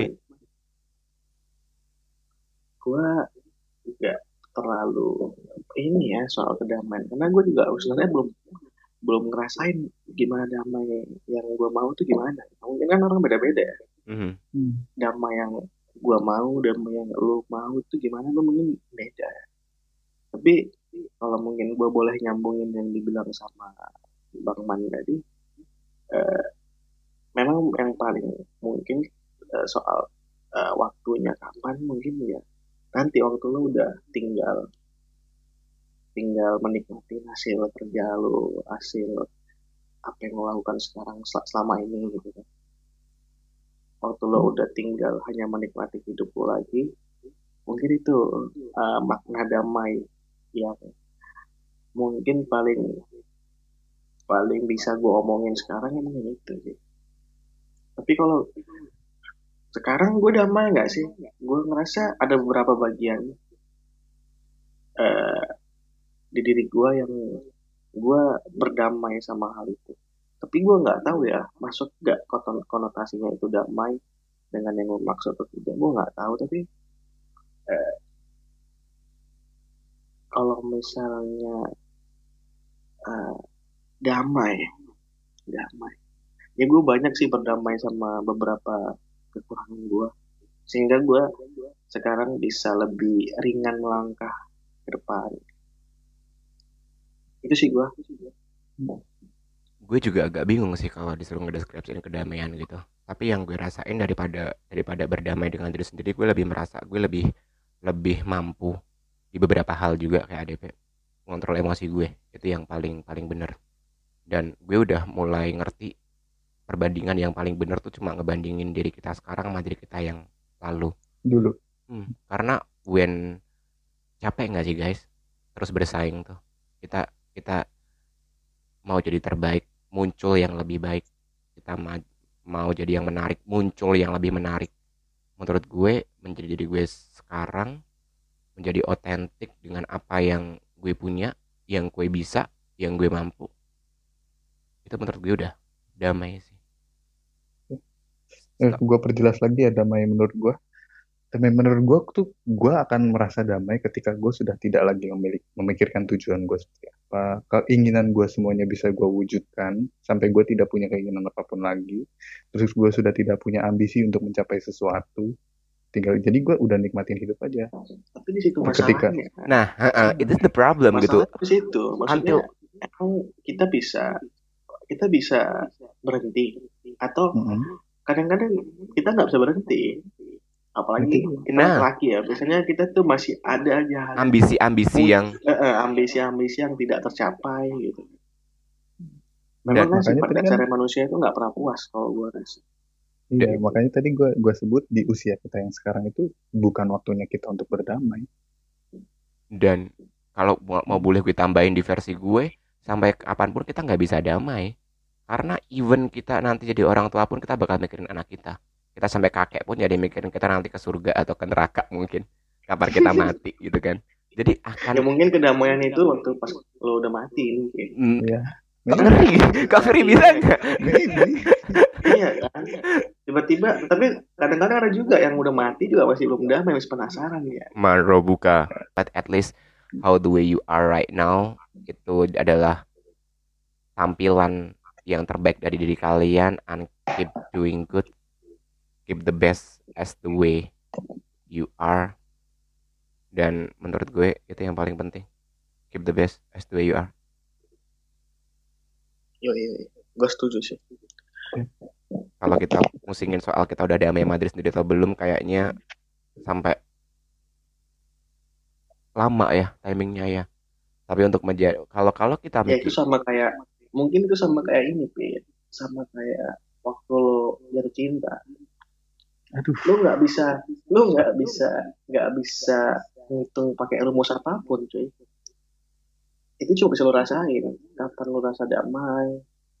[SPEAKER 1] gue nggak terlalu ini ya soal kedamaian, karena gue juga sebenarnya belum belum ngerasain gimana damai yang gue mau tuh gimana. Mungkin kan orang beda-beda ya.
[SPEAKER 3] Mhm.
[SPEAKER 2] Hmm.
[SPEAKER 1] Damai yang gue mau, damai yang lu mau tuh gimana, lu mungkin beda ya. Tapi kalau mungkin gue boleh nyambungin yang dibilang sama Bang Man tadi, eh, memang yang paling mungkin eh, soal eh, waktunya kapan mungkin ya nanti waktu lu udah tinggal tinggal menikmati hasil kerja lu, hasil apa yang lo lakukan sekarang sel- selama ini gitu kan. Waktu lo udah tinggal hanya menikmati hidup lo lagi, mungkin itu uh, makna damai yang mungkin paling paling bisa gue omongin sekarang emang itu sih. Tapi kalau sekarang gue damai nggak sih? Gue ngerasa ada beberapa bagian uh, di diri gue yang gue berdamai sama hal itu. Tapi gue nggak tahu ya, masuk nggak koton- konotasinya itu damai dengan yang gue maksud atau tidak. Gue nggak tahu. Tapi eh, kalau misalnya eh, damai, damai, ya gue banyak sih berdamai sama beberapa kekurangan gue, sehingga gue sekarang bisa lebih ringan melangkah ke depan. Itu sih gue.
[SPEAKER 3] Gue juga agak bingung sih kalau disuruh ngedeskripsiin kedamaian gitu. Tapi yang gue rasain daripada daripada berdamai dengan diri sendiri, gue lebih merasa gue lebih lebih mampu di beberapa hal juga kayak A D P. Ngontrol emosi gue itu yang paling paling bener. Dan gue udah mulai ngerti perbandingan yang paling bener tuh cuma ngebandingin diri kita sekarang sama diri kita yang lalu.
[SPEAKER 2] Dulu.
[SPEAKER 3] Hmm, karena when capek nggak sih guys? Terus bersaing tuh. Kita kita mau jadi terbaik, muncul yang lebih baik. Kita ma- mau jadi yang menarik, muncul yang lebih menarik. Menurut gue menjadi diri gue sekarang, menjadi otentik dengan apa yang gue punya, yang gue bisa, yang gue mampu. Itu menurut gue udah damai sih.
[SPEAKER 2] Eh, gue perjelas lagi ya damai menurut gue. Damai menurut gue tuh gue akan merasa damai ketika gue sudah tidak lagi memiliki, memikirkan tujuan gue seperti apa. Keinginan gue semuanya bisa gue wujudkan sampai gue tidak punya keinginan apapun lagi. Terus gue sudah tidak punya ambisi untuk mencapai sesuatu. Tinggal jadi gue udah nikmatin hidup aja.
[SPEAKER 1] Tapi di situ
[SPEAKER 2] Ketika
[SPEAKER 1] masalahnya.
[SPEAKER 3] Nah, uh, it is the problem gitu.
[SPEAKER 1] Masalah di situ, maksudnya
[SPEAKER 3] Until
[SPEAKER 1] emang kita bisa kita bisa berhenti atau
[SPEAKER 2] mm-mm.
[SPEAKER 1] kadang-kadang kita nggak bisa berhenti, apalagi
[SPEAKER 2] Itu.
[SPEAKER 1] kita
[SPEAKER 3] Nah.
[SPEAKER 1] laki ya, biasanya kita tuh masih ada aja hal
[SPEAKER 3] ambisi-ambisi yang
[SPEAKER 1] eh, eh, ambisi-ambisi yang tidak tercapai gitu.
[SPEAKER 3] Dan
[SPEAKER 1] Memang kan
[SPEAKER 2] makanya
[SPEAKER 1] sifat
[SPEAKER 2] tadi kan-
[SPEAKER 1] dasar manusia itu nggak pernah puas kalau gue rasa.
[SPEAKER 2] Iya, makanya tadi gue gue sebut di usia kita yang sekarang itu bukan waktunya kita untuk berdamai.
[SPEAKER 3] dan kalau mau, mau boleh gue tambahin di versi gue, sampai kapanpun kita nggak bisa damai. Karena even kita nanti jadi orang tua pun kita bakal mikirin anak kita. Kita sampai kakek pun jadi mikirin kita nanti ke surga atau ke neraka mungkin. Kapan kita mati gitu kan. Jadi
[SPEAKER 1] Ya
[SPEAKER 3] akan
[SPEAKER 1] mungkin kedamaian itu waktu pas lo udah mati mungkin.
[SPEAKER 3] mm,
[SPEAKER 2] Iya.
[SPEAKER 3] kok ngeri? Kak Ferry bisa nggak?
[SPEAKER 2] Maybe.
[SPEAKER 1] Iya kan. Tiba-tiba, tapi kadang-kadang ada juga yang udah mati juga masih belum damai, masih penasaran ya.
[SPEAKER 3] Maro buka. But at least how the way you are right now itu adalah tampilan yang terbaik dari diri kalian, and keep doing good, keep the best as the way you are. Dan menurut gue itu yang paling penting, keep the best as the way you are.
[SPEAKER 1] Yo, iya, gue setuju sih.
[SPEAKER 3] Kalau kita musingin soal kita udah damai sama diri sendiri atau belum, kayaknya sampai lama ya timingnya ya. Tapi untuk menjadi, kalau kalau kita
[SPEAKER 1] Ya itu
[SPEAKER 3] mikir,
[SPEAKER 1] sama kayak, mungkin itu sama kayak ini, Pit. Sama kayak waktu lo jatuh cinta.
[SPEAKER 2] Aduh.
[SPEAKER 1] Lo nggak bisa, lo nggak bisa, nggak bisa ngitung pakai rumus apapun, cuy. Itu cuma bisa lo rasain. Kapan lo rasa damai?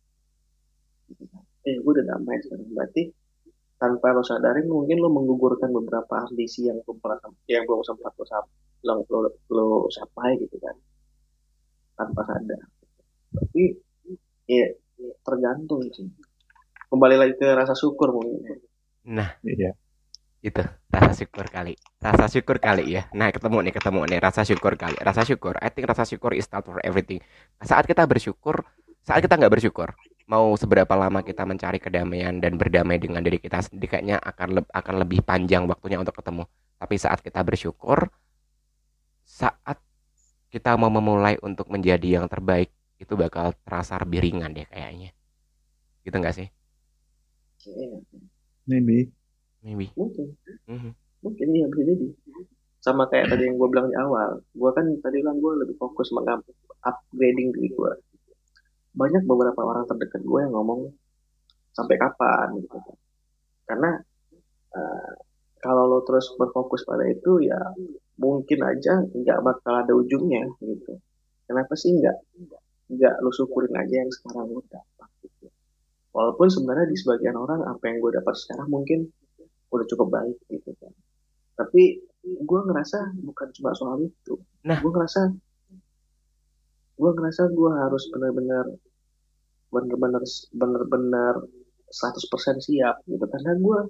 [SPEAKER 1] Eh, gue udah damai sekarang. Berarti tanpa lo sadarin mungkin lo menggugurkan beberapa ambisi yang belum pernah yang belum sempat lo lo, lo, lo capai gitu kan, tanpa sadar. Tapi ya tergantung sih. Kembali lagi ke rasa syukur mungkin.
[SPEAKER 3] nah
[SPEAKER 2] Iya.
[SPEAKER 3] itu rasa syukur kali, rasa syukur kali ya. Nah ketemu nih, ketemu nih rasa syukur kali, rasa syukur. I think rasa syukur is start for everything. Saat kita bersyukur, saat kita nggak bersyukur, mau seberapa lama kita mencari kedamaian dan berdamai dengan diri kita sendiri, kayaknya akan le- akan lebih panjang waktunya untuk ketemu. Tapi saat kita bersyukur, saat kita mau memulai untuk menjadi yang terbaik, itu bakal terasa lebih ringan deh kayaknya. Gitu nggak sih?
[SPEAKER 1] Iya,
[SPEAKER 2] Maybe.
[SPEAKER 3] Maybe.
[SPEAKER 1] mungkin,
[SPEAKER 3] Mhm.
[SPEAKER 1] mungkin iya bisa jadi. Sama kayak tadi yang gue bilang di awal, gue kan tadi bilang gue lebih fokus meng-upgrading diri gue. Banyak beberapa orang terdekat gue yang ngomong sampai kapan gitu kan. Karena eh, kalau lo terus berfokus pada itu ya mungkin aja nggak bakal ada ujungnya gitu. Kenapa sih nggak nggak lo syukurin aja yang sekarang lo dapat gitu. Walaupun sebenarnya di sebagian orang apa yang gue dapat sekarang mungkin udah cukup baik gitu kan. Tapi gue ngerasa bukan cuma soal itu.
[SPEAKER 3] Nah.
[SPEAKER 1] Gue ngerasa gue ngerasa gue harus benar-benar benar-benar benar-benar seratus persen siap gitu. Karena gue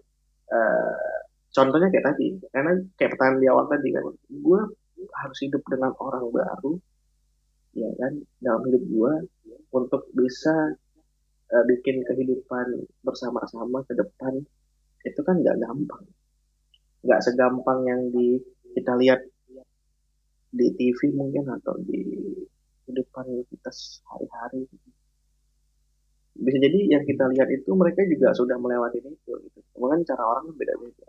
[SPEAKER 1] eh, contohnya kayak tadi, karena kayak pertanyaan di awal tadi kan, gue harus hidup dengan orang baru, ya kan, dalam hidup gue untuk bisa eh, bikin kehidupan bersama-sama ke depan itu kan nggak gampang, nggak segampang yang di kita lihat di T V mungkin atau di kehidupan kita sehari-hari. Bisa jadi yang kita lihat itu mereka juga sudah melewati itu gitu. Cuma kan cara orang kan beda-beda,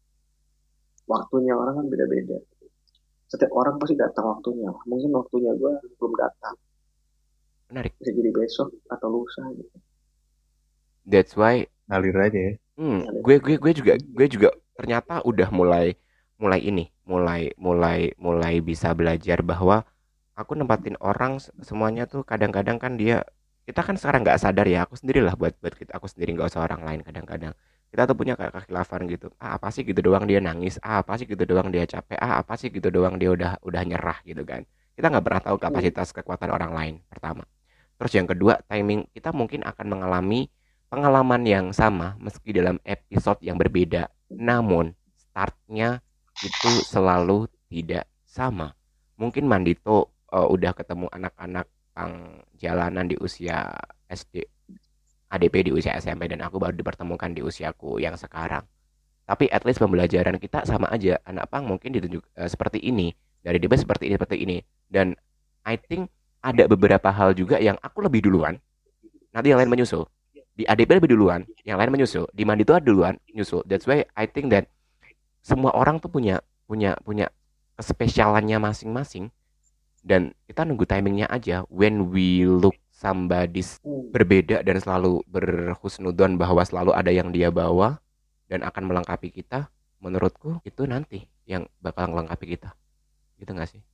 [SPEAKER 1] waktunya orang kan beda-beda. Setiap orang pasti datang waktunya. Mungkin waktunya gue belum datang,
[SPEAKER 3] Menarik.
[SPEAKER 1] bisa jadi besok atau lusa gitu.
[SPEAKER 3] That's why
[SPEAKER 2] Ngalir aja ya.
[SPEAKER 3] Hmm, gue gue gue juga gue juga ternyata udah mulai mulai ini, mulai mulai mulai bisa belajar bahwa aku nempatin orang se- semuanya tuh kadang-kadang kan dia, kita kan sekarang nggak sadar ya, aku sendirilah buat buat kita, aku sendiri nggak usah orang lain. Kadang-kadang kita tuh punya kayak kekhilafan gitu. Ah apa sih gitu doang dia nangis, ah apa sih gitu doang dia capek, ah apa sih gitu doang dia udah udah nyerah gitu kan. Kita nggak pernah tahu kapasitas kekuatan orang lain pertama. Terus yang kedua, timing kita mungkin akan mengalami pengalaman yang sama meski dalam episode yang berbeda. Namun startnya itu selalu tidak sama. Mungkin Mandito uh, udah ketemu anak-anak pang jalanan di usia S D, A D P di usia S M P, dan aku baru dipertemukan di usiaku yang sekarang. Tapi at least pembelajaran kita sama aja. Anak pang mungkin ditunjuk uh, seperti ini, dari D B seperti ini seperti ini. Dan I think ada beberapa hal juga yang aku lebih duluan, nanti yang lain menyusul. Di A D P lebih duluan, yang lain menyusul. Di Mandi itu ada duluan, nyusul. That's why I think that semua orang tuh punya punya punya kespesialannya masing-masing, dan kita nunggu timingnya aja. When we look somebody berbeda dan selalu berhusnudon bahwa selalu ada yang dia bawa dan akan melengkapi kita, menurutku itu nanti yang bakal melengkapi kita. Gitu gak sih?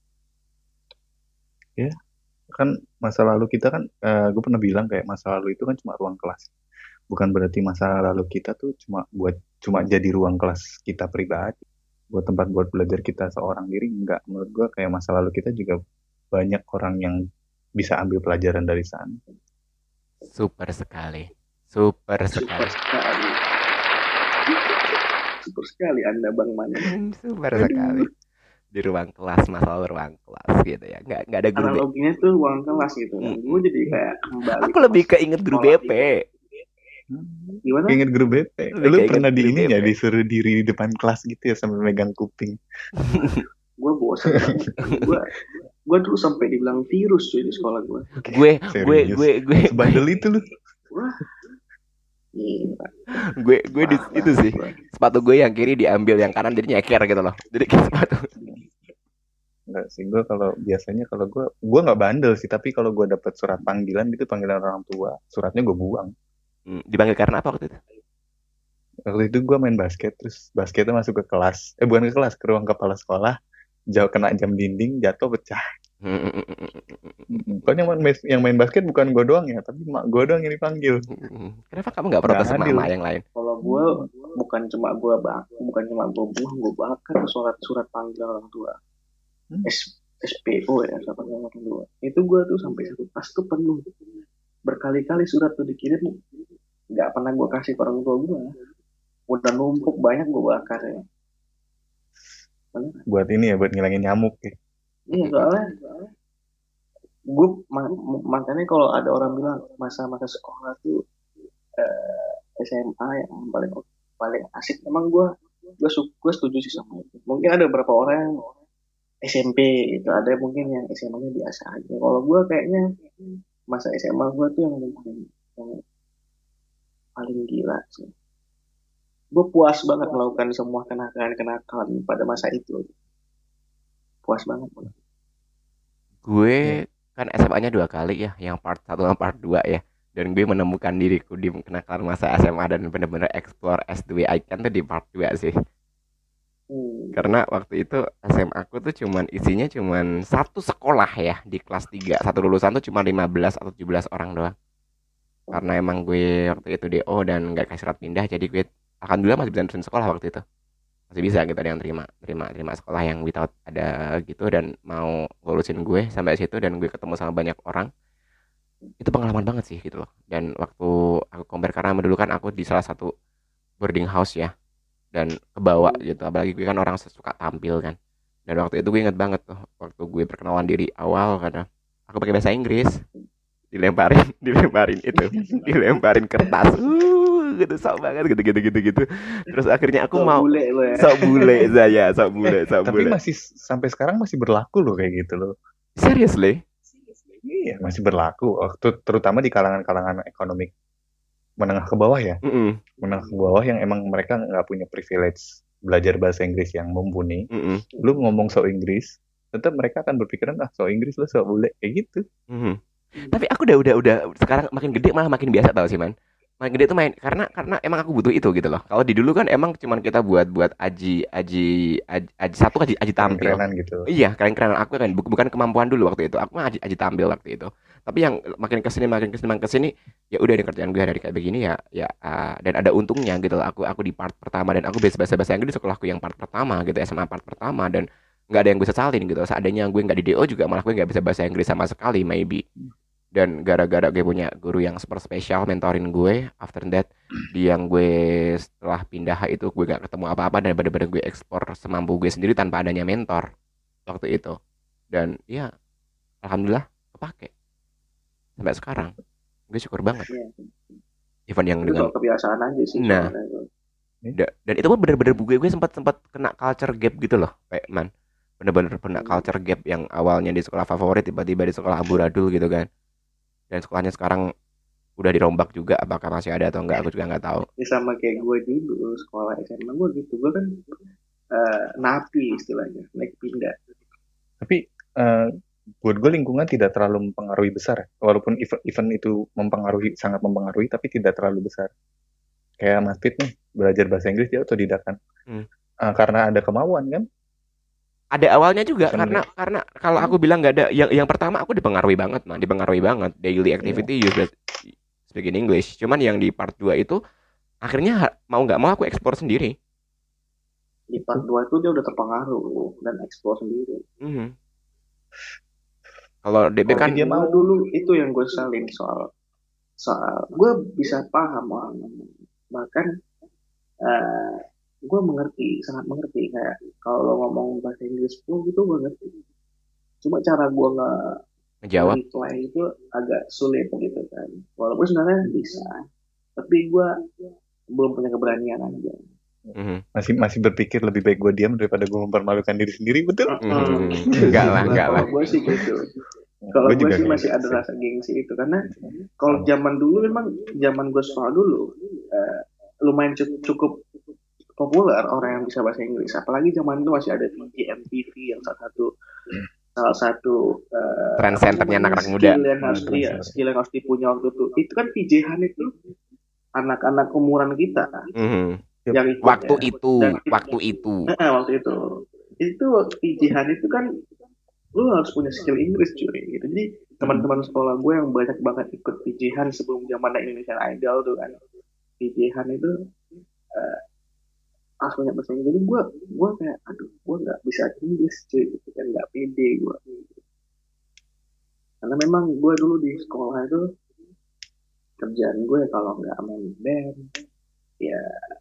[SPEAKER 2] Ya, kan masa lalu kita kan, eh, gue pernah bilang kayak masa lalu itu kan cuma ruang kelas. Bukan berarti masa lalu kita tuh cuma buat cuma jadi ruang kelas kita pribadi. buat tempat buat belajar kita seorang diri, enggak. Menurut gue kayak masa lalu kita juga banyak orang yang bisa ambil pelajaran dari sana.
[SPEAKER 3] Super sekali. Super
[SPEAKER 1] Super
[SPEAKER 3] sekali.
[SPEAKER 1] sekali. Super sekali Anda Bang Man.
[SPEAKER 3] Super
[SPEAKER 1] Aduh.
[SPEAKER 3] sekali. Di ruang kelas, masalah ruang kelas gitu ya. Nggak, nggak ada guru B.
[SPEAKER 1] Analoginya tuh ruang kelas gitu kan.
[SPEAKER 3] Mm-mm.
[SPEAKER 1] Gue jadi kayak kembali
[SPEAKER 3] Aku lebih ke inget guru B P.
[SPEAKER 1] Gimana?
[SPEAKER 2] Ingat guru B P.
[SPEAKER 3] Lebih
[SPEAKER 2] Lu
[SPEAKER 3] kayak
[SPEAKER 2] pernah
[SPEAKER 3] ingat
[SPEAKER 2] di
[SPEAKER 3] guru
[SPEAKER 2] ini
[SPEAKER 3] B P.
[SPEAKER 2] ya disuruh diri di depan kelas gitu ya sambil megang kuping.
[SPEAKER 1] Gue bosan banget. Gue gue dulu sampai dibilang virus cuy di sekolah gue.
[SPEAKER 3] Gue, gue,
[SPEAKER 2] Serius.
[SPEAKER 3] gue, gue,
[SPEAKER 2] Sebandel itu lu.
[SPEAKER 1] Wah. Gila.
[SPEAKER 3] gue, gue di,
[SPEAKER 1] Parah
[SPEAKER 3] itu sih.
[SPEAKER 1] banget.
[SPEAKER 3] Sepatu gue yang kiri diambil, yang kanan jadi nyeker gitu loh. Jadi kayak sepatu.
[SPEAKER 2] Enggak sih, gue kalau biasanya kalau gue gue nggak bandel sih, tapi kalau gue dapat surat panggilan gitu, panggilan orang tua, suratnya gue buang.
[SPEAKER 3] Hmm, dipanggil karena apa waktu itu?
[SPEAKER 2] Waktu itu gue main basket, terus basketnya masuk ke kelas, eh bukan ke kelas, ke ruang kepala sekolah, jauh kena jam dinding, jatuh pecah. Pokoknya yang main, yang main basket bukan gue doang ya, tapi mak gue doang yang dipanggil.
[SPEAKER 3] Kenapa kamu nggak protes
[SPEAKER 2] Nggak
[SPEAKER 3] sama
[SPEAKER 2] adil.
[SPEAKER 3] emak yang lain?
[SPEAKER 1] Kalau gue bukan cuma gue bak, bukan cuma gue buang, gue bakar surat-surat panggilan orang tua.
[SPEAKER 2] Hmm.
[SPEAKER 1] S SPO ya, surat panggilan orang tua. Itu gue tuh sampai satu tas tuh penuh. Berkali-kali surat tuh dikirim, nggak pernah gue kasih ke orang tua gue. Udah numpuk banyak gue bakar ya. Bener?
[SPEAKER 2] Buat ini ya, buat ngilangin nyamuk ya.
[SPEAKER 1] Iya soalnya gue ma- makanya kalau ada orang bilang masa-masa sekolah tuh eh, S M A yang paling paling asik, emang gue gue gue setuju sih sama itu. Mungkin ada beberapa orang yang S M P itu, ada mungkin yang S M A-nya biasa aja. Kalau gue kayaknya masa S M A gue tuh yang paling yang paling gila sih. Gue puas banget melakukan semua kenakalan-kenakalan pada masa itu. Puas banget.
[SPEAKER 3] Gue kan S M A-nya dua kali ya, yang part satu sama part dua ya. Dan gue menemukan diriku di kenakalan masa S M A dan bener-bener explore S two icon tuh di part dua sih.
[SPEAKER 1] Hmm.
[SPEAKER 3] Karena waktu itu S M A aku tuh cuman isinya cuman satu sekolah ya di kelas tiga. Satu lulusan tuh cuma lima belas atau tujuh belas orang doang. Karena emang gue waktu itu D O dan gak kasih surat pindah, jadi gue alhamdulillah masih bisa nerusin sekolah waktu itu. Masih bisa gitu, ada yang terima terima terima sekolah yang without ada gitu dan mau lulusin gue sampai situ, dan gue ketemu sama banyak orang. Itu pengalaman banget sih gitu loh. Dan waktu aku compare, karena dulu kan aku di salah satu boarding house ya, dan kebawa gitu, apalagi gue kan orang suka tampil kan. Dan waktu itu gue inget banget tuh waktu gue perkenalan diri awal, karena aku pakai bahasa Inggris, dilemparin dilemparin itu dilemparin kertas uh gitu, sok banget gitu gitu gitu gitu. Terus akhirnya aku
[SPEAKER 1] Sok
[SPEAKER 3] mau
[SPEAKER 1] bule lo ya.
[SPEAKER 3] sok bule saya sok bule
[SPEAKER 2] Eh,
[SPEAKER 3] sok
[SPEAKER 2] tapi
[SPEAKER 3] bule
[SPEAKER 2] masih sampai sekarang masih berlaku loh kayak gitu loh.
[SPEAKER 3] seriously.
[SPEAKER 2] Iya, masih berlaku. Waktu terutama di kalangan-kalangan ekonomi menengah ke bawah ya.
[SPEAKER 3] Mm-mm.
[SPEAKER 2] Menengah ke bawah yang emang mereka nggak punya privilege belajar bahasa Inggris yang mumpuni.
[SPEAKER 3] Mm-mm.
[SPEAKER 2] Lu ngomong sok Inggris, tetap mereka akan berpikiran ah sok Inggris lu sok bule kayak gitu.
[SPEAKER 3] Mhm. Tapi aku udah udah udah sekarang makin gede malah makin biasa tau sih man. Makin gede tuh main karena karena emang aku butuh itu gitu loh. Kalau di dulu kan emang cuman kita buat buat aji aji aji, aji satu aji aji tampil.
[SPEAKER 2] Keren-kerenan gitu.
[SPEAKER 3] Iya, keren-keren. Aku kan bu- bukan kemampuan dulu waktu itu. Aku mah aji, aji tampil waktu itu. Tapi yang makin kesini makin kesini makin kesini, ya udah di kerjaan gue dari kayak begini ya, ya ah, dan ada untungnya gitu loh. Aku aku di part pertama dan aku bahasa bahasa Inggris di sekolahku yang part pertama gitu, S M A part pertama, dan nggak ada yang bisa salin gitu. Seandainya gue nggak di D O juga malah gue nggak bisa bahasa Inggris sama sekali maybe. Dan gara-gara gue punya guru yang super spesial mentorin gue, after that dia yang gue setelah pindah itu gue gak ketemu apa-apa dan bener-bener gue ekspor semampu gue sendiri tanpa adanya mentor waktu itu. Dan ya alhamdulillah kepake sampai sekarang. Gue syukur banget.
[SPEAKER 1] Iya.
[SPEAKER 3] Even yang
[SPEAKER 1] Itu
[SPEAKER 3] dengan
[SPEAKER 1] soal kebiasaan aja sih.
[SPEAKER 3] Nah.
[SPEAKER 1] soalnya.
[SPEAKER 3] da- dan itu pun bener-bener gue gue sempat sempat kena culture gap gitu loh, kayak man. Bener-bener kena culture gap yang awalnya di sekolah favorit tiba-tiba di sekolah amburadul gitu kan. Dan sekolahnya sekarang udah dirombak juga, apakah masih ada atau enggak aku juga nggak tahu.
[SPEAKER 1] Ya sama kayak gue dulu sekolah S M A gue gitu. Gue kan eh, napi istilahnya, naik pindah.
[SPEAKER 2] Tapi eh, buat gue lingkungan tidak terlalu mempengaruhi besar. Walaupun event, event itu mempengaruhi, sangat mempengaruhi, tapi tidak terlalu besar. Kayak Mas Pit nih, belajar bahasa Inggris dia otodidak kan.
[SPEAKER 3] Hmm.
[SPEAKER 2] Eh, karena ada kemauan kan.
[SPEAKER 3] Ada awalnya juga,
[SPEAKER 2] Bukan
[SPEAKER 3] karena karena kalau aku bilang nggak ada, yang yang pertama aku dipengaruhi banget mah, dipengaruhi banget daily activity you just speak in English. Cuman yang di part dua itu akhirnya ha- mau nggak mau aku ekspor sendiri.
[SPEAKER 1] Di part dua itu dia udah terpengaruh dan explore sendiri.
[SPEAKER 3] Mhm. Kalau D B
[SPEAKER 1] Kalau
[SPEAKER 3] kan
[SPEAKER 2] Tapi dia
[SPEAKER 1] gue
[SPEAKER 2] mau.
[SPEAKER 1] dulu itu yang gue salin soal soal gue bisa paham orang ngomong. Bahkan eh gue mengerti, sangat mengerti kayak kalau lo ngomong bahasa Inggris pun gitu gue ngerti. Cuma cara gue nge
[SPEAKER 3] ngejawab.
[SPEAKER 1] reply itu agak sulit gitu kan. Walaupun sebenarnya bisa, tapi gue belum punya keberanian aja.
[SPEAKER 3] Mhm.
[SPEAKER 2] Masih masih berpikir lebih baik gue diam daripada gue mempermalukan diri sendiri, betul?
[SPEAKER 3] Mhm. Enggak lah, enggak lah.
[SPEAKER 1] Kalau gue sih gitu. Kalau
[SPEAKER 2] Gue
[SPEAKER 1] gue
[SPEAKER 2] juga
[SPEAKER 1] sih
[SPEAKER 2] kayak
[SPEAKER 1] masih
[SPEAKER 2] gitu
[SPEAKER 1] ada
[SPEAKER 2] sih.
[SPEAKER 1] rasa gengsi itu karena kalau zaman dulu memang zaman gue sekolah dulu eh, lumayan cu- cukup populer orang yang bisa bahasa Inggris. Apalagi zaman itu masih ada V J M T V yang salah satu salah satu eh,
[SPEAKER 3] Trend
[SPEAKER 1] apa
[SPEAKER 3] centernya
[SPEAKER 1] namanya
[SPEAKER 3] anak-anak muda.
[SPEAKER 1] skill yang harus
[SPEAKER 2] Hmm,
[SPEAKER 1] dia
[SPEAKER 2] trend
[SPEAKER 1] skill yang harus dipunya waktu itu. Itu kan V J Han itu anak-anak umuran kita
[SPEAKER 3] Mhm.
[SPEAKER 1] yang ikut
[SPEAKER 3] Waktu
[SPEAKER 1] ya.
[SPEAKER 3] itu,
[SPEAKER 1] Dan
[SPEAKER 3] waktu itu.
[SPEAKER 1] eh, waktu itu itu V J Han itu kan lu harus punya skill Inggris cuy gitu. Jadi teman-teman sekolah gue yang banyak banget ikut V J Han sebelum zaman Indonesian Idol tuh kan. V J Han itu eh, harus punya bahasa Inggris. Jadi gue gue kayak aduh gue nggak bisa Inggris cuy gitu kan nggak pede gue. Karena memang gue dulu di sekolah itu kerjaan gue kalau nggak main band ya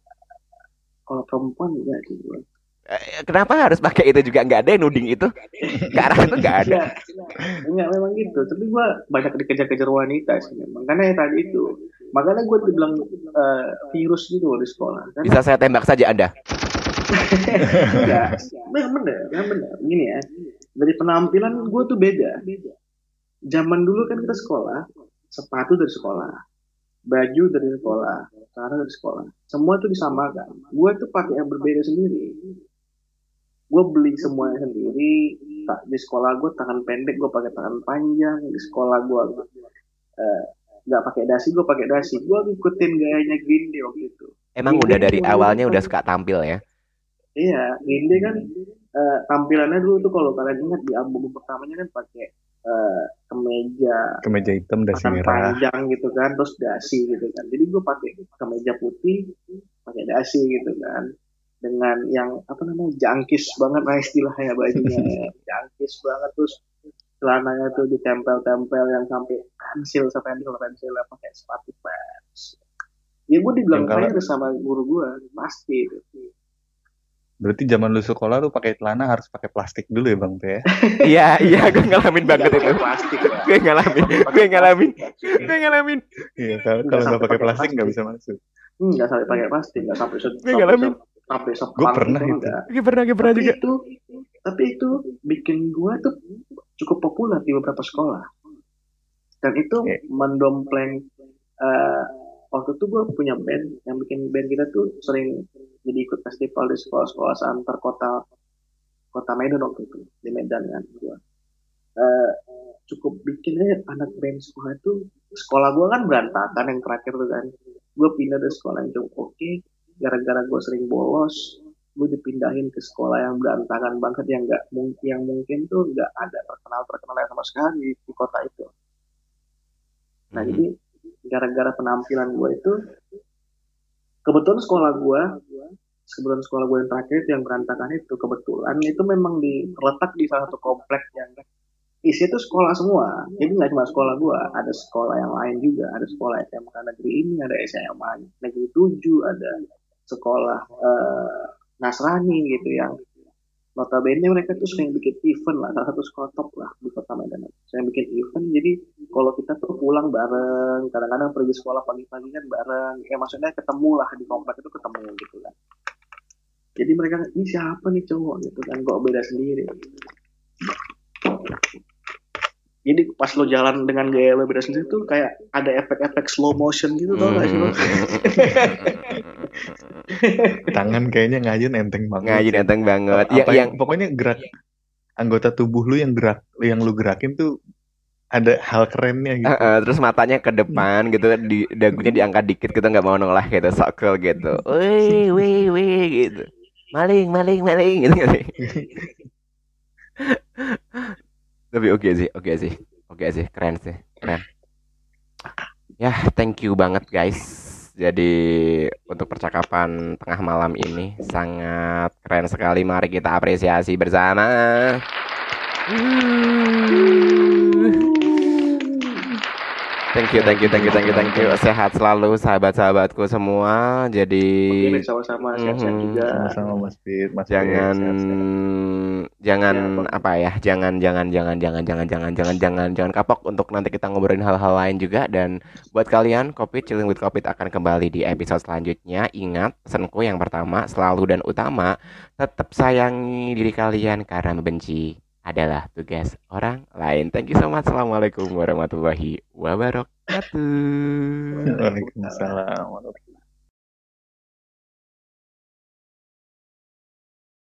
[SPEAKER 1] kalau perempuan enggak sih gue.
[SPEAKER 3] Eh, Kenapa harus pakai itu juga? Nggak ada yang nuding itu. Ke arah itu nggak ada.
[SPEAKER 1] Enggak, enggak memang gitu. Tapi gue banyak dikejar-kejar wanita sih memang. Karena ya tadi itu. Makanya gue dibilang eh, virus gitu loh di sekolah. Karena
[SPEAKER 3] Bisa saya tembak saja Anda.
[SPEAKER 1] enggak, bener, bener, yang bener. Gini ya, dari penampilan gue tuh beda. Zaman dulu kan kita sekolah, sepatu dari sekolah, baju dari sekolah, cara dari sekolah. Semua tuh disamakan. Gue tuh pakai yang berbeda sendiri. Gue beli semuanya sendiri. Tak di sekolah gue tangan pendek, gue pakai tangan panjang. Di sekolah gue eh, nggak pakai dasi, gue pakai dasi. Gue ngikutin gayanya Green Day waktu itu.
[SPEAKER 3] Emang
[SPEAKER 1] Green
[SPEAKER 3] udah
[SPEAKER 1] Day
[SPEAKER 3] dari
[SPEAKER 1] mulai
[SPEAKER 3] awalnya udah
[SPEAKER 1] kan-
[SPEAKER 3] suka tampil ya?
[SPEAKER 1] Iya, Green Day kan eh, tampilannya dulu tuh kalau kalian ingat di album pertamanya kan pakai eh, kemeja
[SPEAKER 2] Kemeja hitam dasi
[SPEAKER 1] tangan
[SPEAKER 2] merah.
[SPEAKER 1] panjang gitu kan, terus dasi gitu kan. Jadi gue pakai kemeja putih, pakai dasi gitu kan, dengan yang apa namanya jangkis banget lah istilahnya bajunya, jangkis banget terus celananya tuh ditempel-tempel yang sampai pensil sampai pensil pensil pakai sepatu pants. Ya gue dibilang
[SPEAKER 2] Yang kalau
[SPEAKER 1] virus sama guru gue pasti.
[SPEAKER 2] berarti zaman lu sekolah lu pakai celana harus pakai plastik dulu ya Bang P ya?
[SPEAKER 3] Iya, iya, gue ngalamin banget
[SPEAKER 1] Nggak
[SPEAKER 3] itu.
[SPEAKER 1] pakai plastik ya.
[SPEAKER 3] Gue ngalamin, gue ngalamin, gue ngalamin.
[SPEAKER 2] Iya, kalau
[SPEAKER 1] Nggak
[SPEAKER 2] kalau nggak
[SPEAKER 1] sampai
[SPEAKER 2] pakai
[SPEAKER 1] pakai
[SPEAKER 2] plastik nggak
[SPEAKER 1] plastik.
[SPEAKER 2] bisa masuk.
[SPEAKER 1] Hmm, nggak sampai pakai plastik, nggak sampai se-
[SPEAKER 3] Gue
[SPEAKER 1] sampai
[SPEAKER 3] ngalamin.
[SPEAKER 1] se- sampai
[SPEAKER 2] Gue
[SPEAKER 1] sepang
[SPEAKER 2] pernah
[SPEAKER 1] itu
[SPEAKER 2] itu.
[SPEAKER 1] enggak.
[SPEAKER 3] Gue pernah, gue pernah
[SPEAKER 1] Tapi
[SPEAKER 3] juga.
[SPEAKER 1] itu, tapi itu bikin gue tuh cukup populer di beberapa sekolah. Dan itu
[SPEAKER 2] Oke.
[SPEAKER 1] mendompleng eh, waktu itu gue punya band yang bikin band kita tuh sering jadi ikut festival di sekolah-sekolah antar kota kota Medan waktu itu di Medan kan gue. Eh, cukup bikin aja anak band sekolah itu sekolah gue kan berantakan yang terakhir tuh kan gue pindah dari sekolah yang cukup oke gara-gara gue sering bolos gue dipindahin ke sekolah yang berantakan banget yang nggak mungkin yang mungkin tuh nggak ada terkenal terkenal sama sekali di kota itu. Nah
[SPEAKER 3] Mhm.
[SPEAKER 1] jadi gara-gara penampilan gue itu kebetulan sekolah gue kebetulan sekolah gue yang terakhir itu yang berantakan itu kebetulan itu memang di terletak di salah satu komplek yang isi itu sekolah semua. Jadi nggak cuma sekolah gue, ada sekolah yang lain juga, ada sekolah S M K negeri ini, ada S M A negeri tujuh, ada sekolah eh, Nasrani gitu yang notabene mereka tuh sering bikin event lah, salah satu sekolah top lah di kota Medan. Sering bikin event, jadi kalau kita tuh pulang bareng, kadang-kadang pergi sekolah pagi-pagi kan bareng, ya maksudnya ketemu lah di komplek itu ketemu gitu kan. Jadi mereka ini siapa nih cowok gitu kan, kok beda sendiri. Jadi pas lo jalan dengan gaya lo beda sendiri tuh kayak ada efek-efek slow motion gitu tau gak sih lo?
[SPEAKER 2] Tangan kayaknya ngayun enteng banget.
[SPEAKER 3] Ngajin
[SPEAKER 2] sih.
[SPEAKER 3] enteng banget.
[SPEAKER 2] Apa
[SPEAKER 3] Yang,
[SPEAKER 2] yang,
[SPEAKER 3] yang
[SPEAKER 2] pokoknya gerak anggota tubuh lu yang gerak yang lu gerakin tuh ada hal kerennya gitu.
[SPEAKER 3] eh, eh, terus matanya ke depan gitu, di dagunya diangkat dikit gitu, nggak mau noleh gitu, sokel gitu. Wih, wih, wih gitu. Maling, maling, maling gitu nggak sih? Tapi oke sih, oke sih, oke sih, keren sih, keren. Ya, thank you banget guys Jadi untuk percakapan tengah malam ini sangat keren sekali. Mari kita apresiasi bersama. Thank you, thank you, thank you, thank you, thank you. Sehat selalu sahabat-sahabatku semua. Jadi
[SPEAKER 1] Oke, sama-sama sehat-sehat
[SPEAKER 3] mhm.
[SPEAKER 1] juga.
[SPEAKER 2] Sama-sama Mas Fit, Mas Fit,
[SPEAKER 3] jangan
[SPEAKER 2] sehat-sehat.
[SPEAKER 3] jangan
[SPEAKER 1] Ya, Bang.
[SPEAKER 3] apa ya jangan jangan jangan jangan jangan jangan jangan jangan jangan kapok untuk nanti kita ngobrolin hal-hal lain juga. Dan buat kalian, Kopit Chilling with Kopit akan kembali di episode selanjutnya. Ingat pesanku yang pertama, selalu dan utama, tetap sayangi diri kalian karena membenci adalah tugas orang lain. Thank you so much. Assalamualaikum warahmatullahi wabarakatuh.
[SPEAKER 2] Waalaikumsalam warahmatullahi wabarakatuh.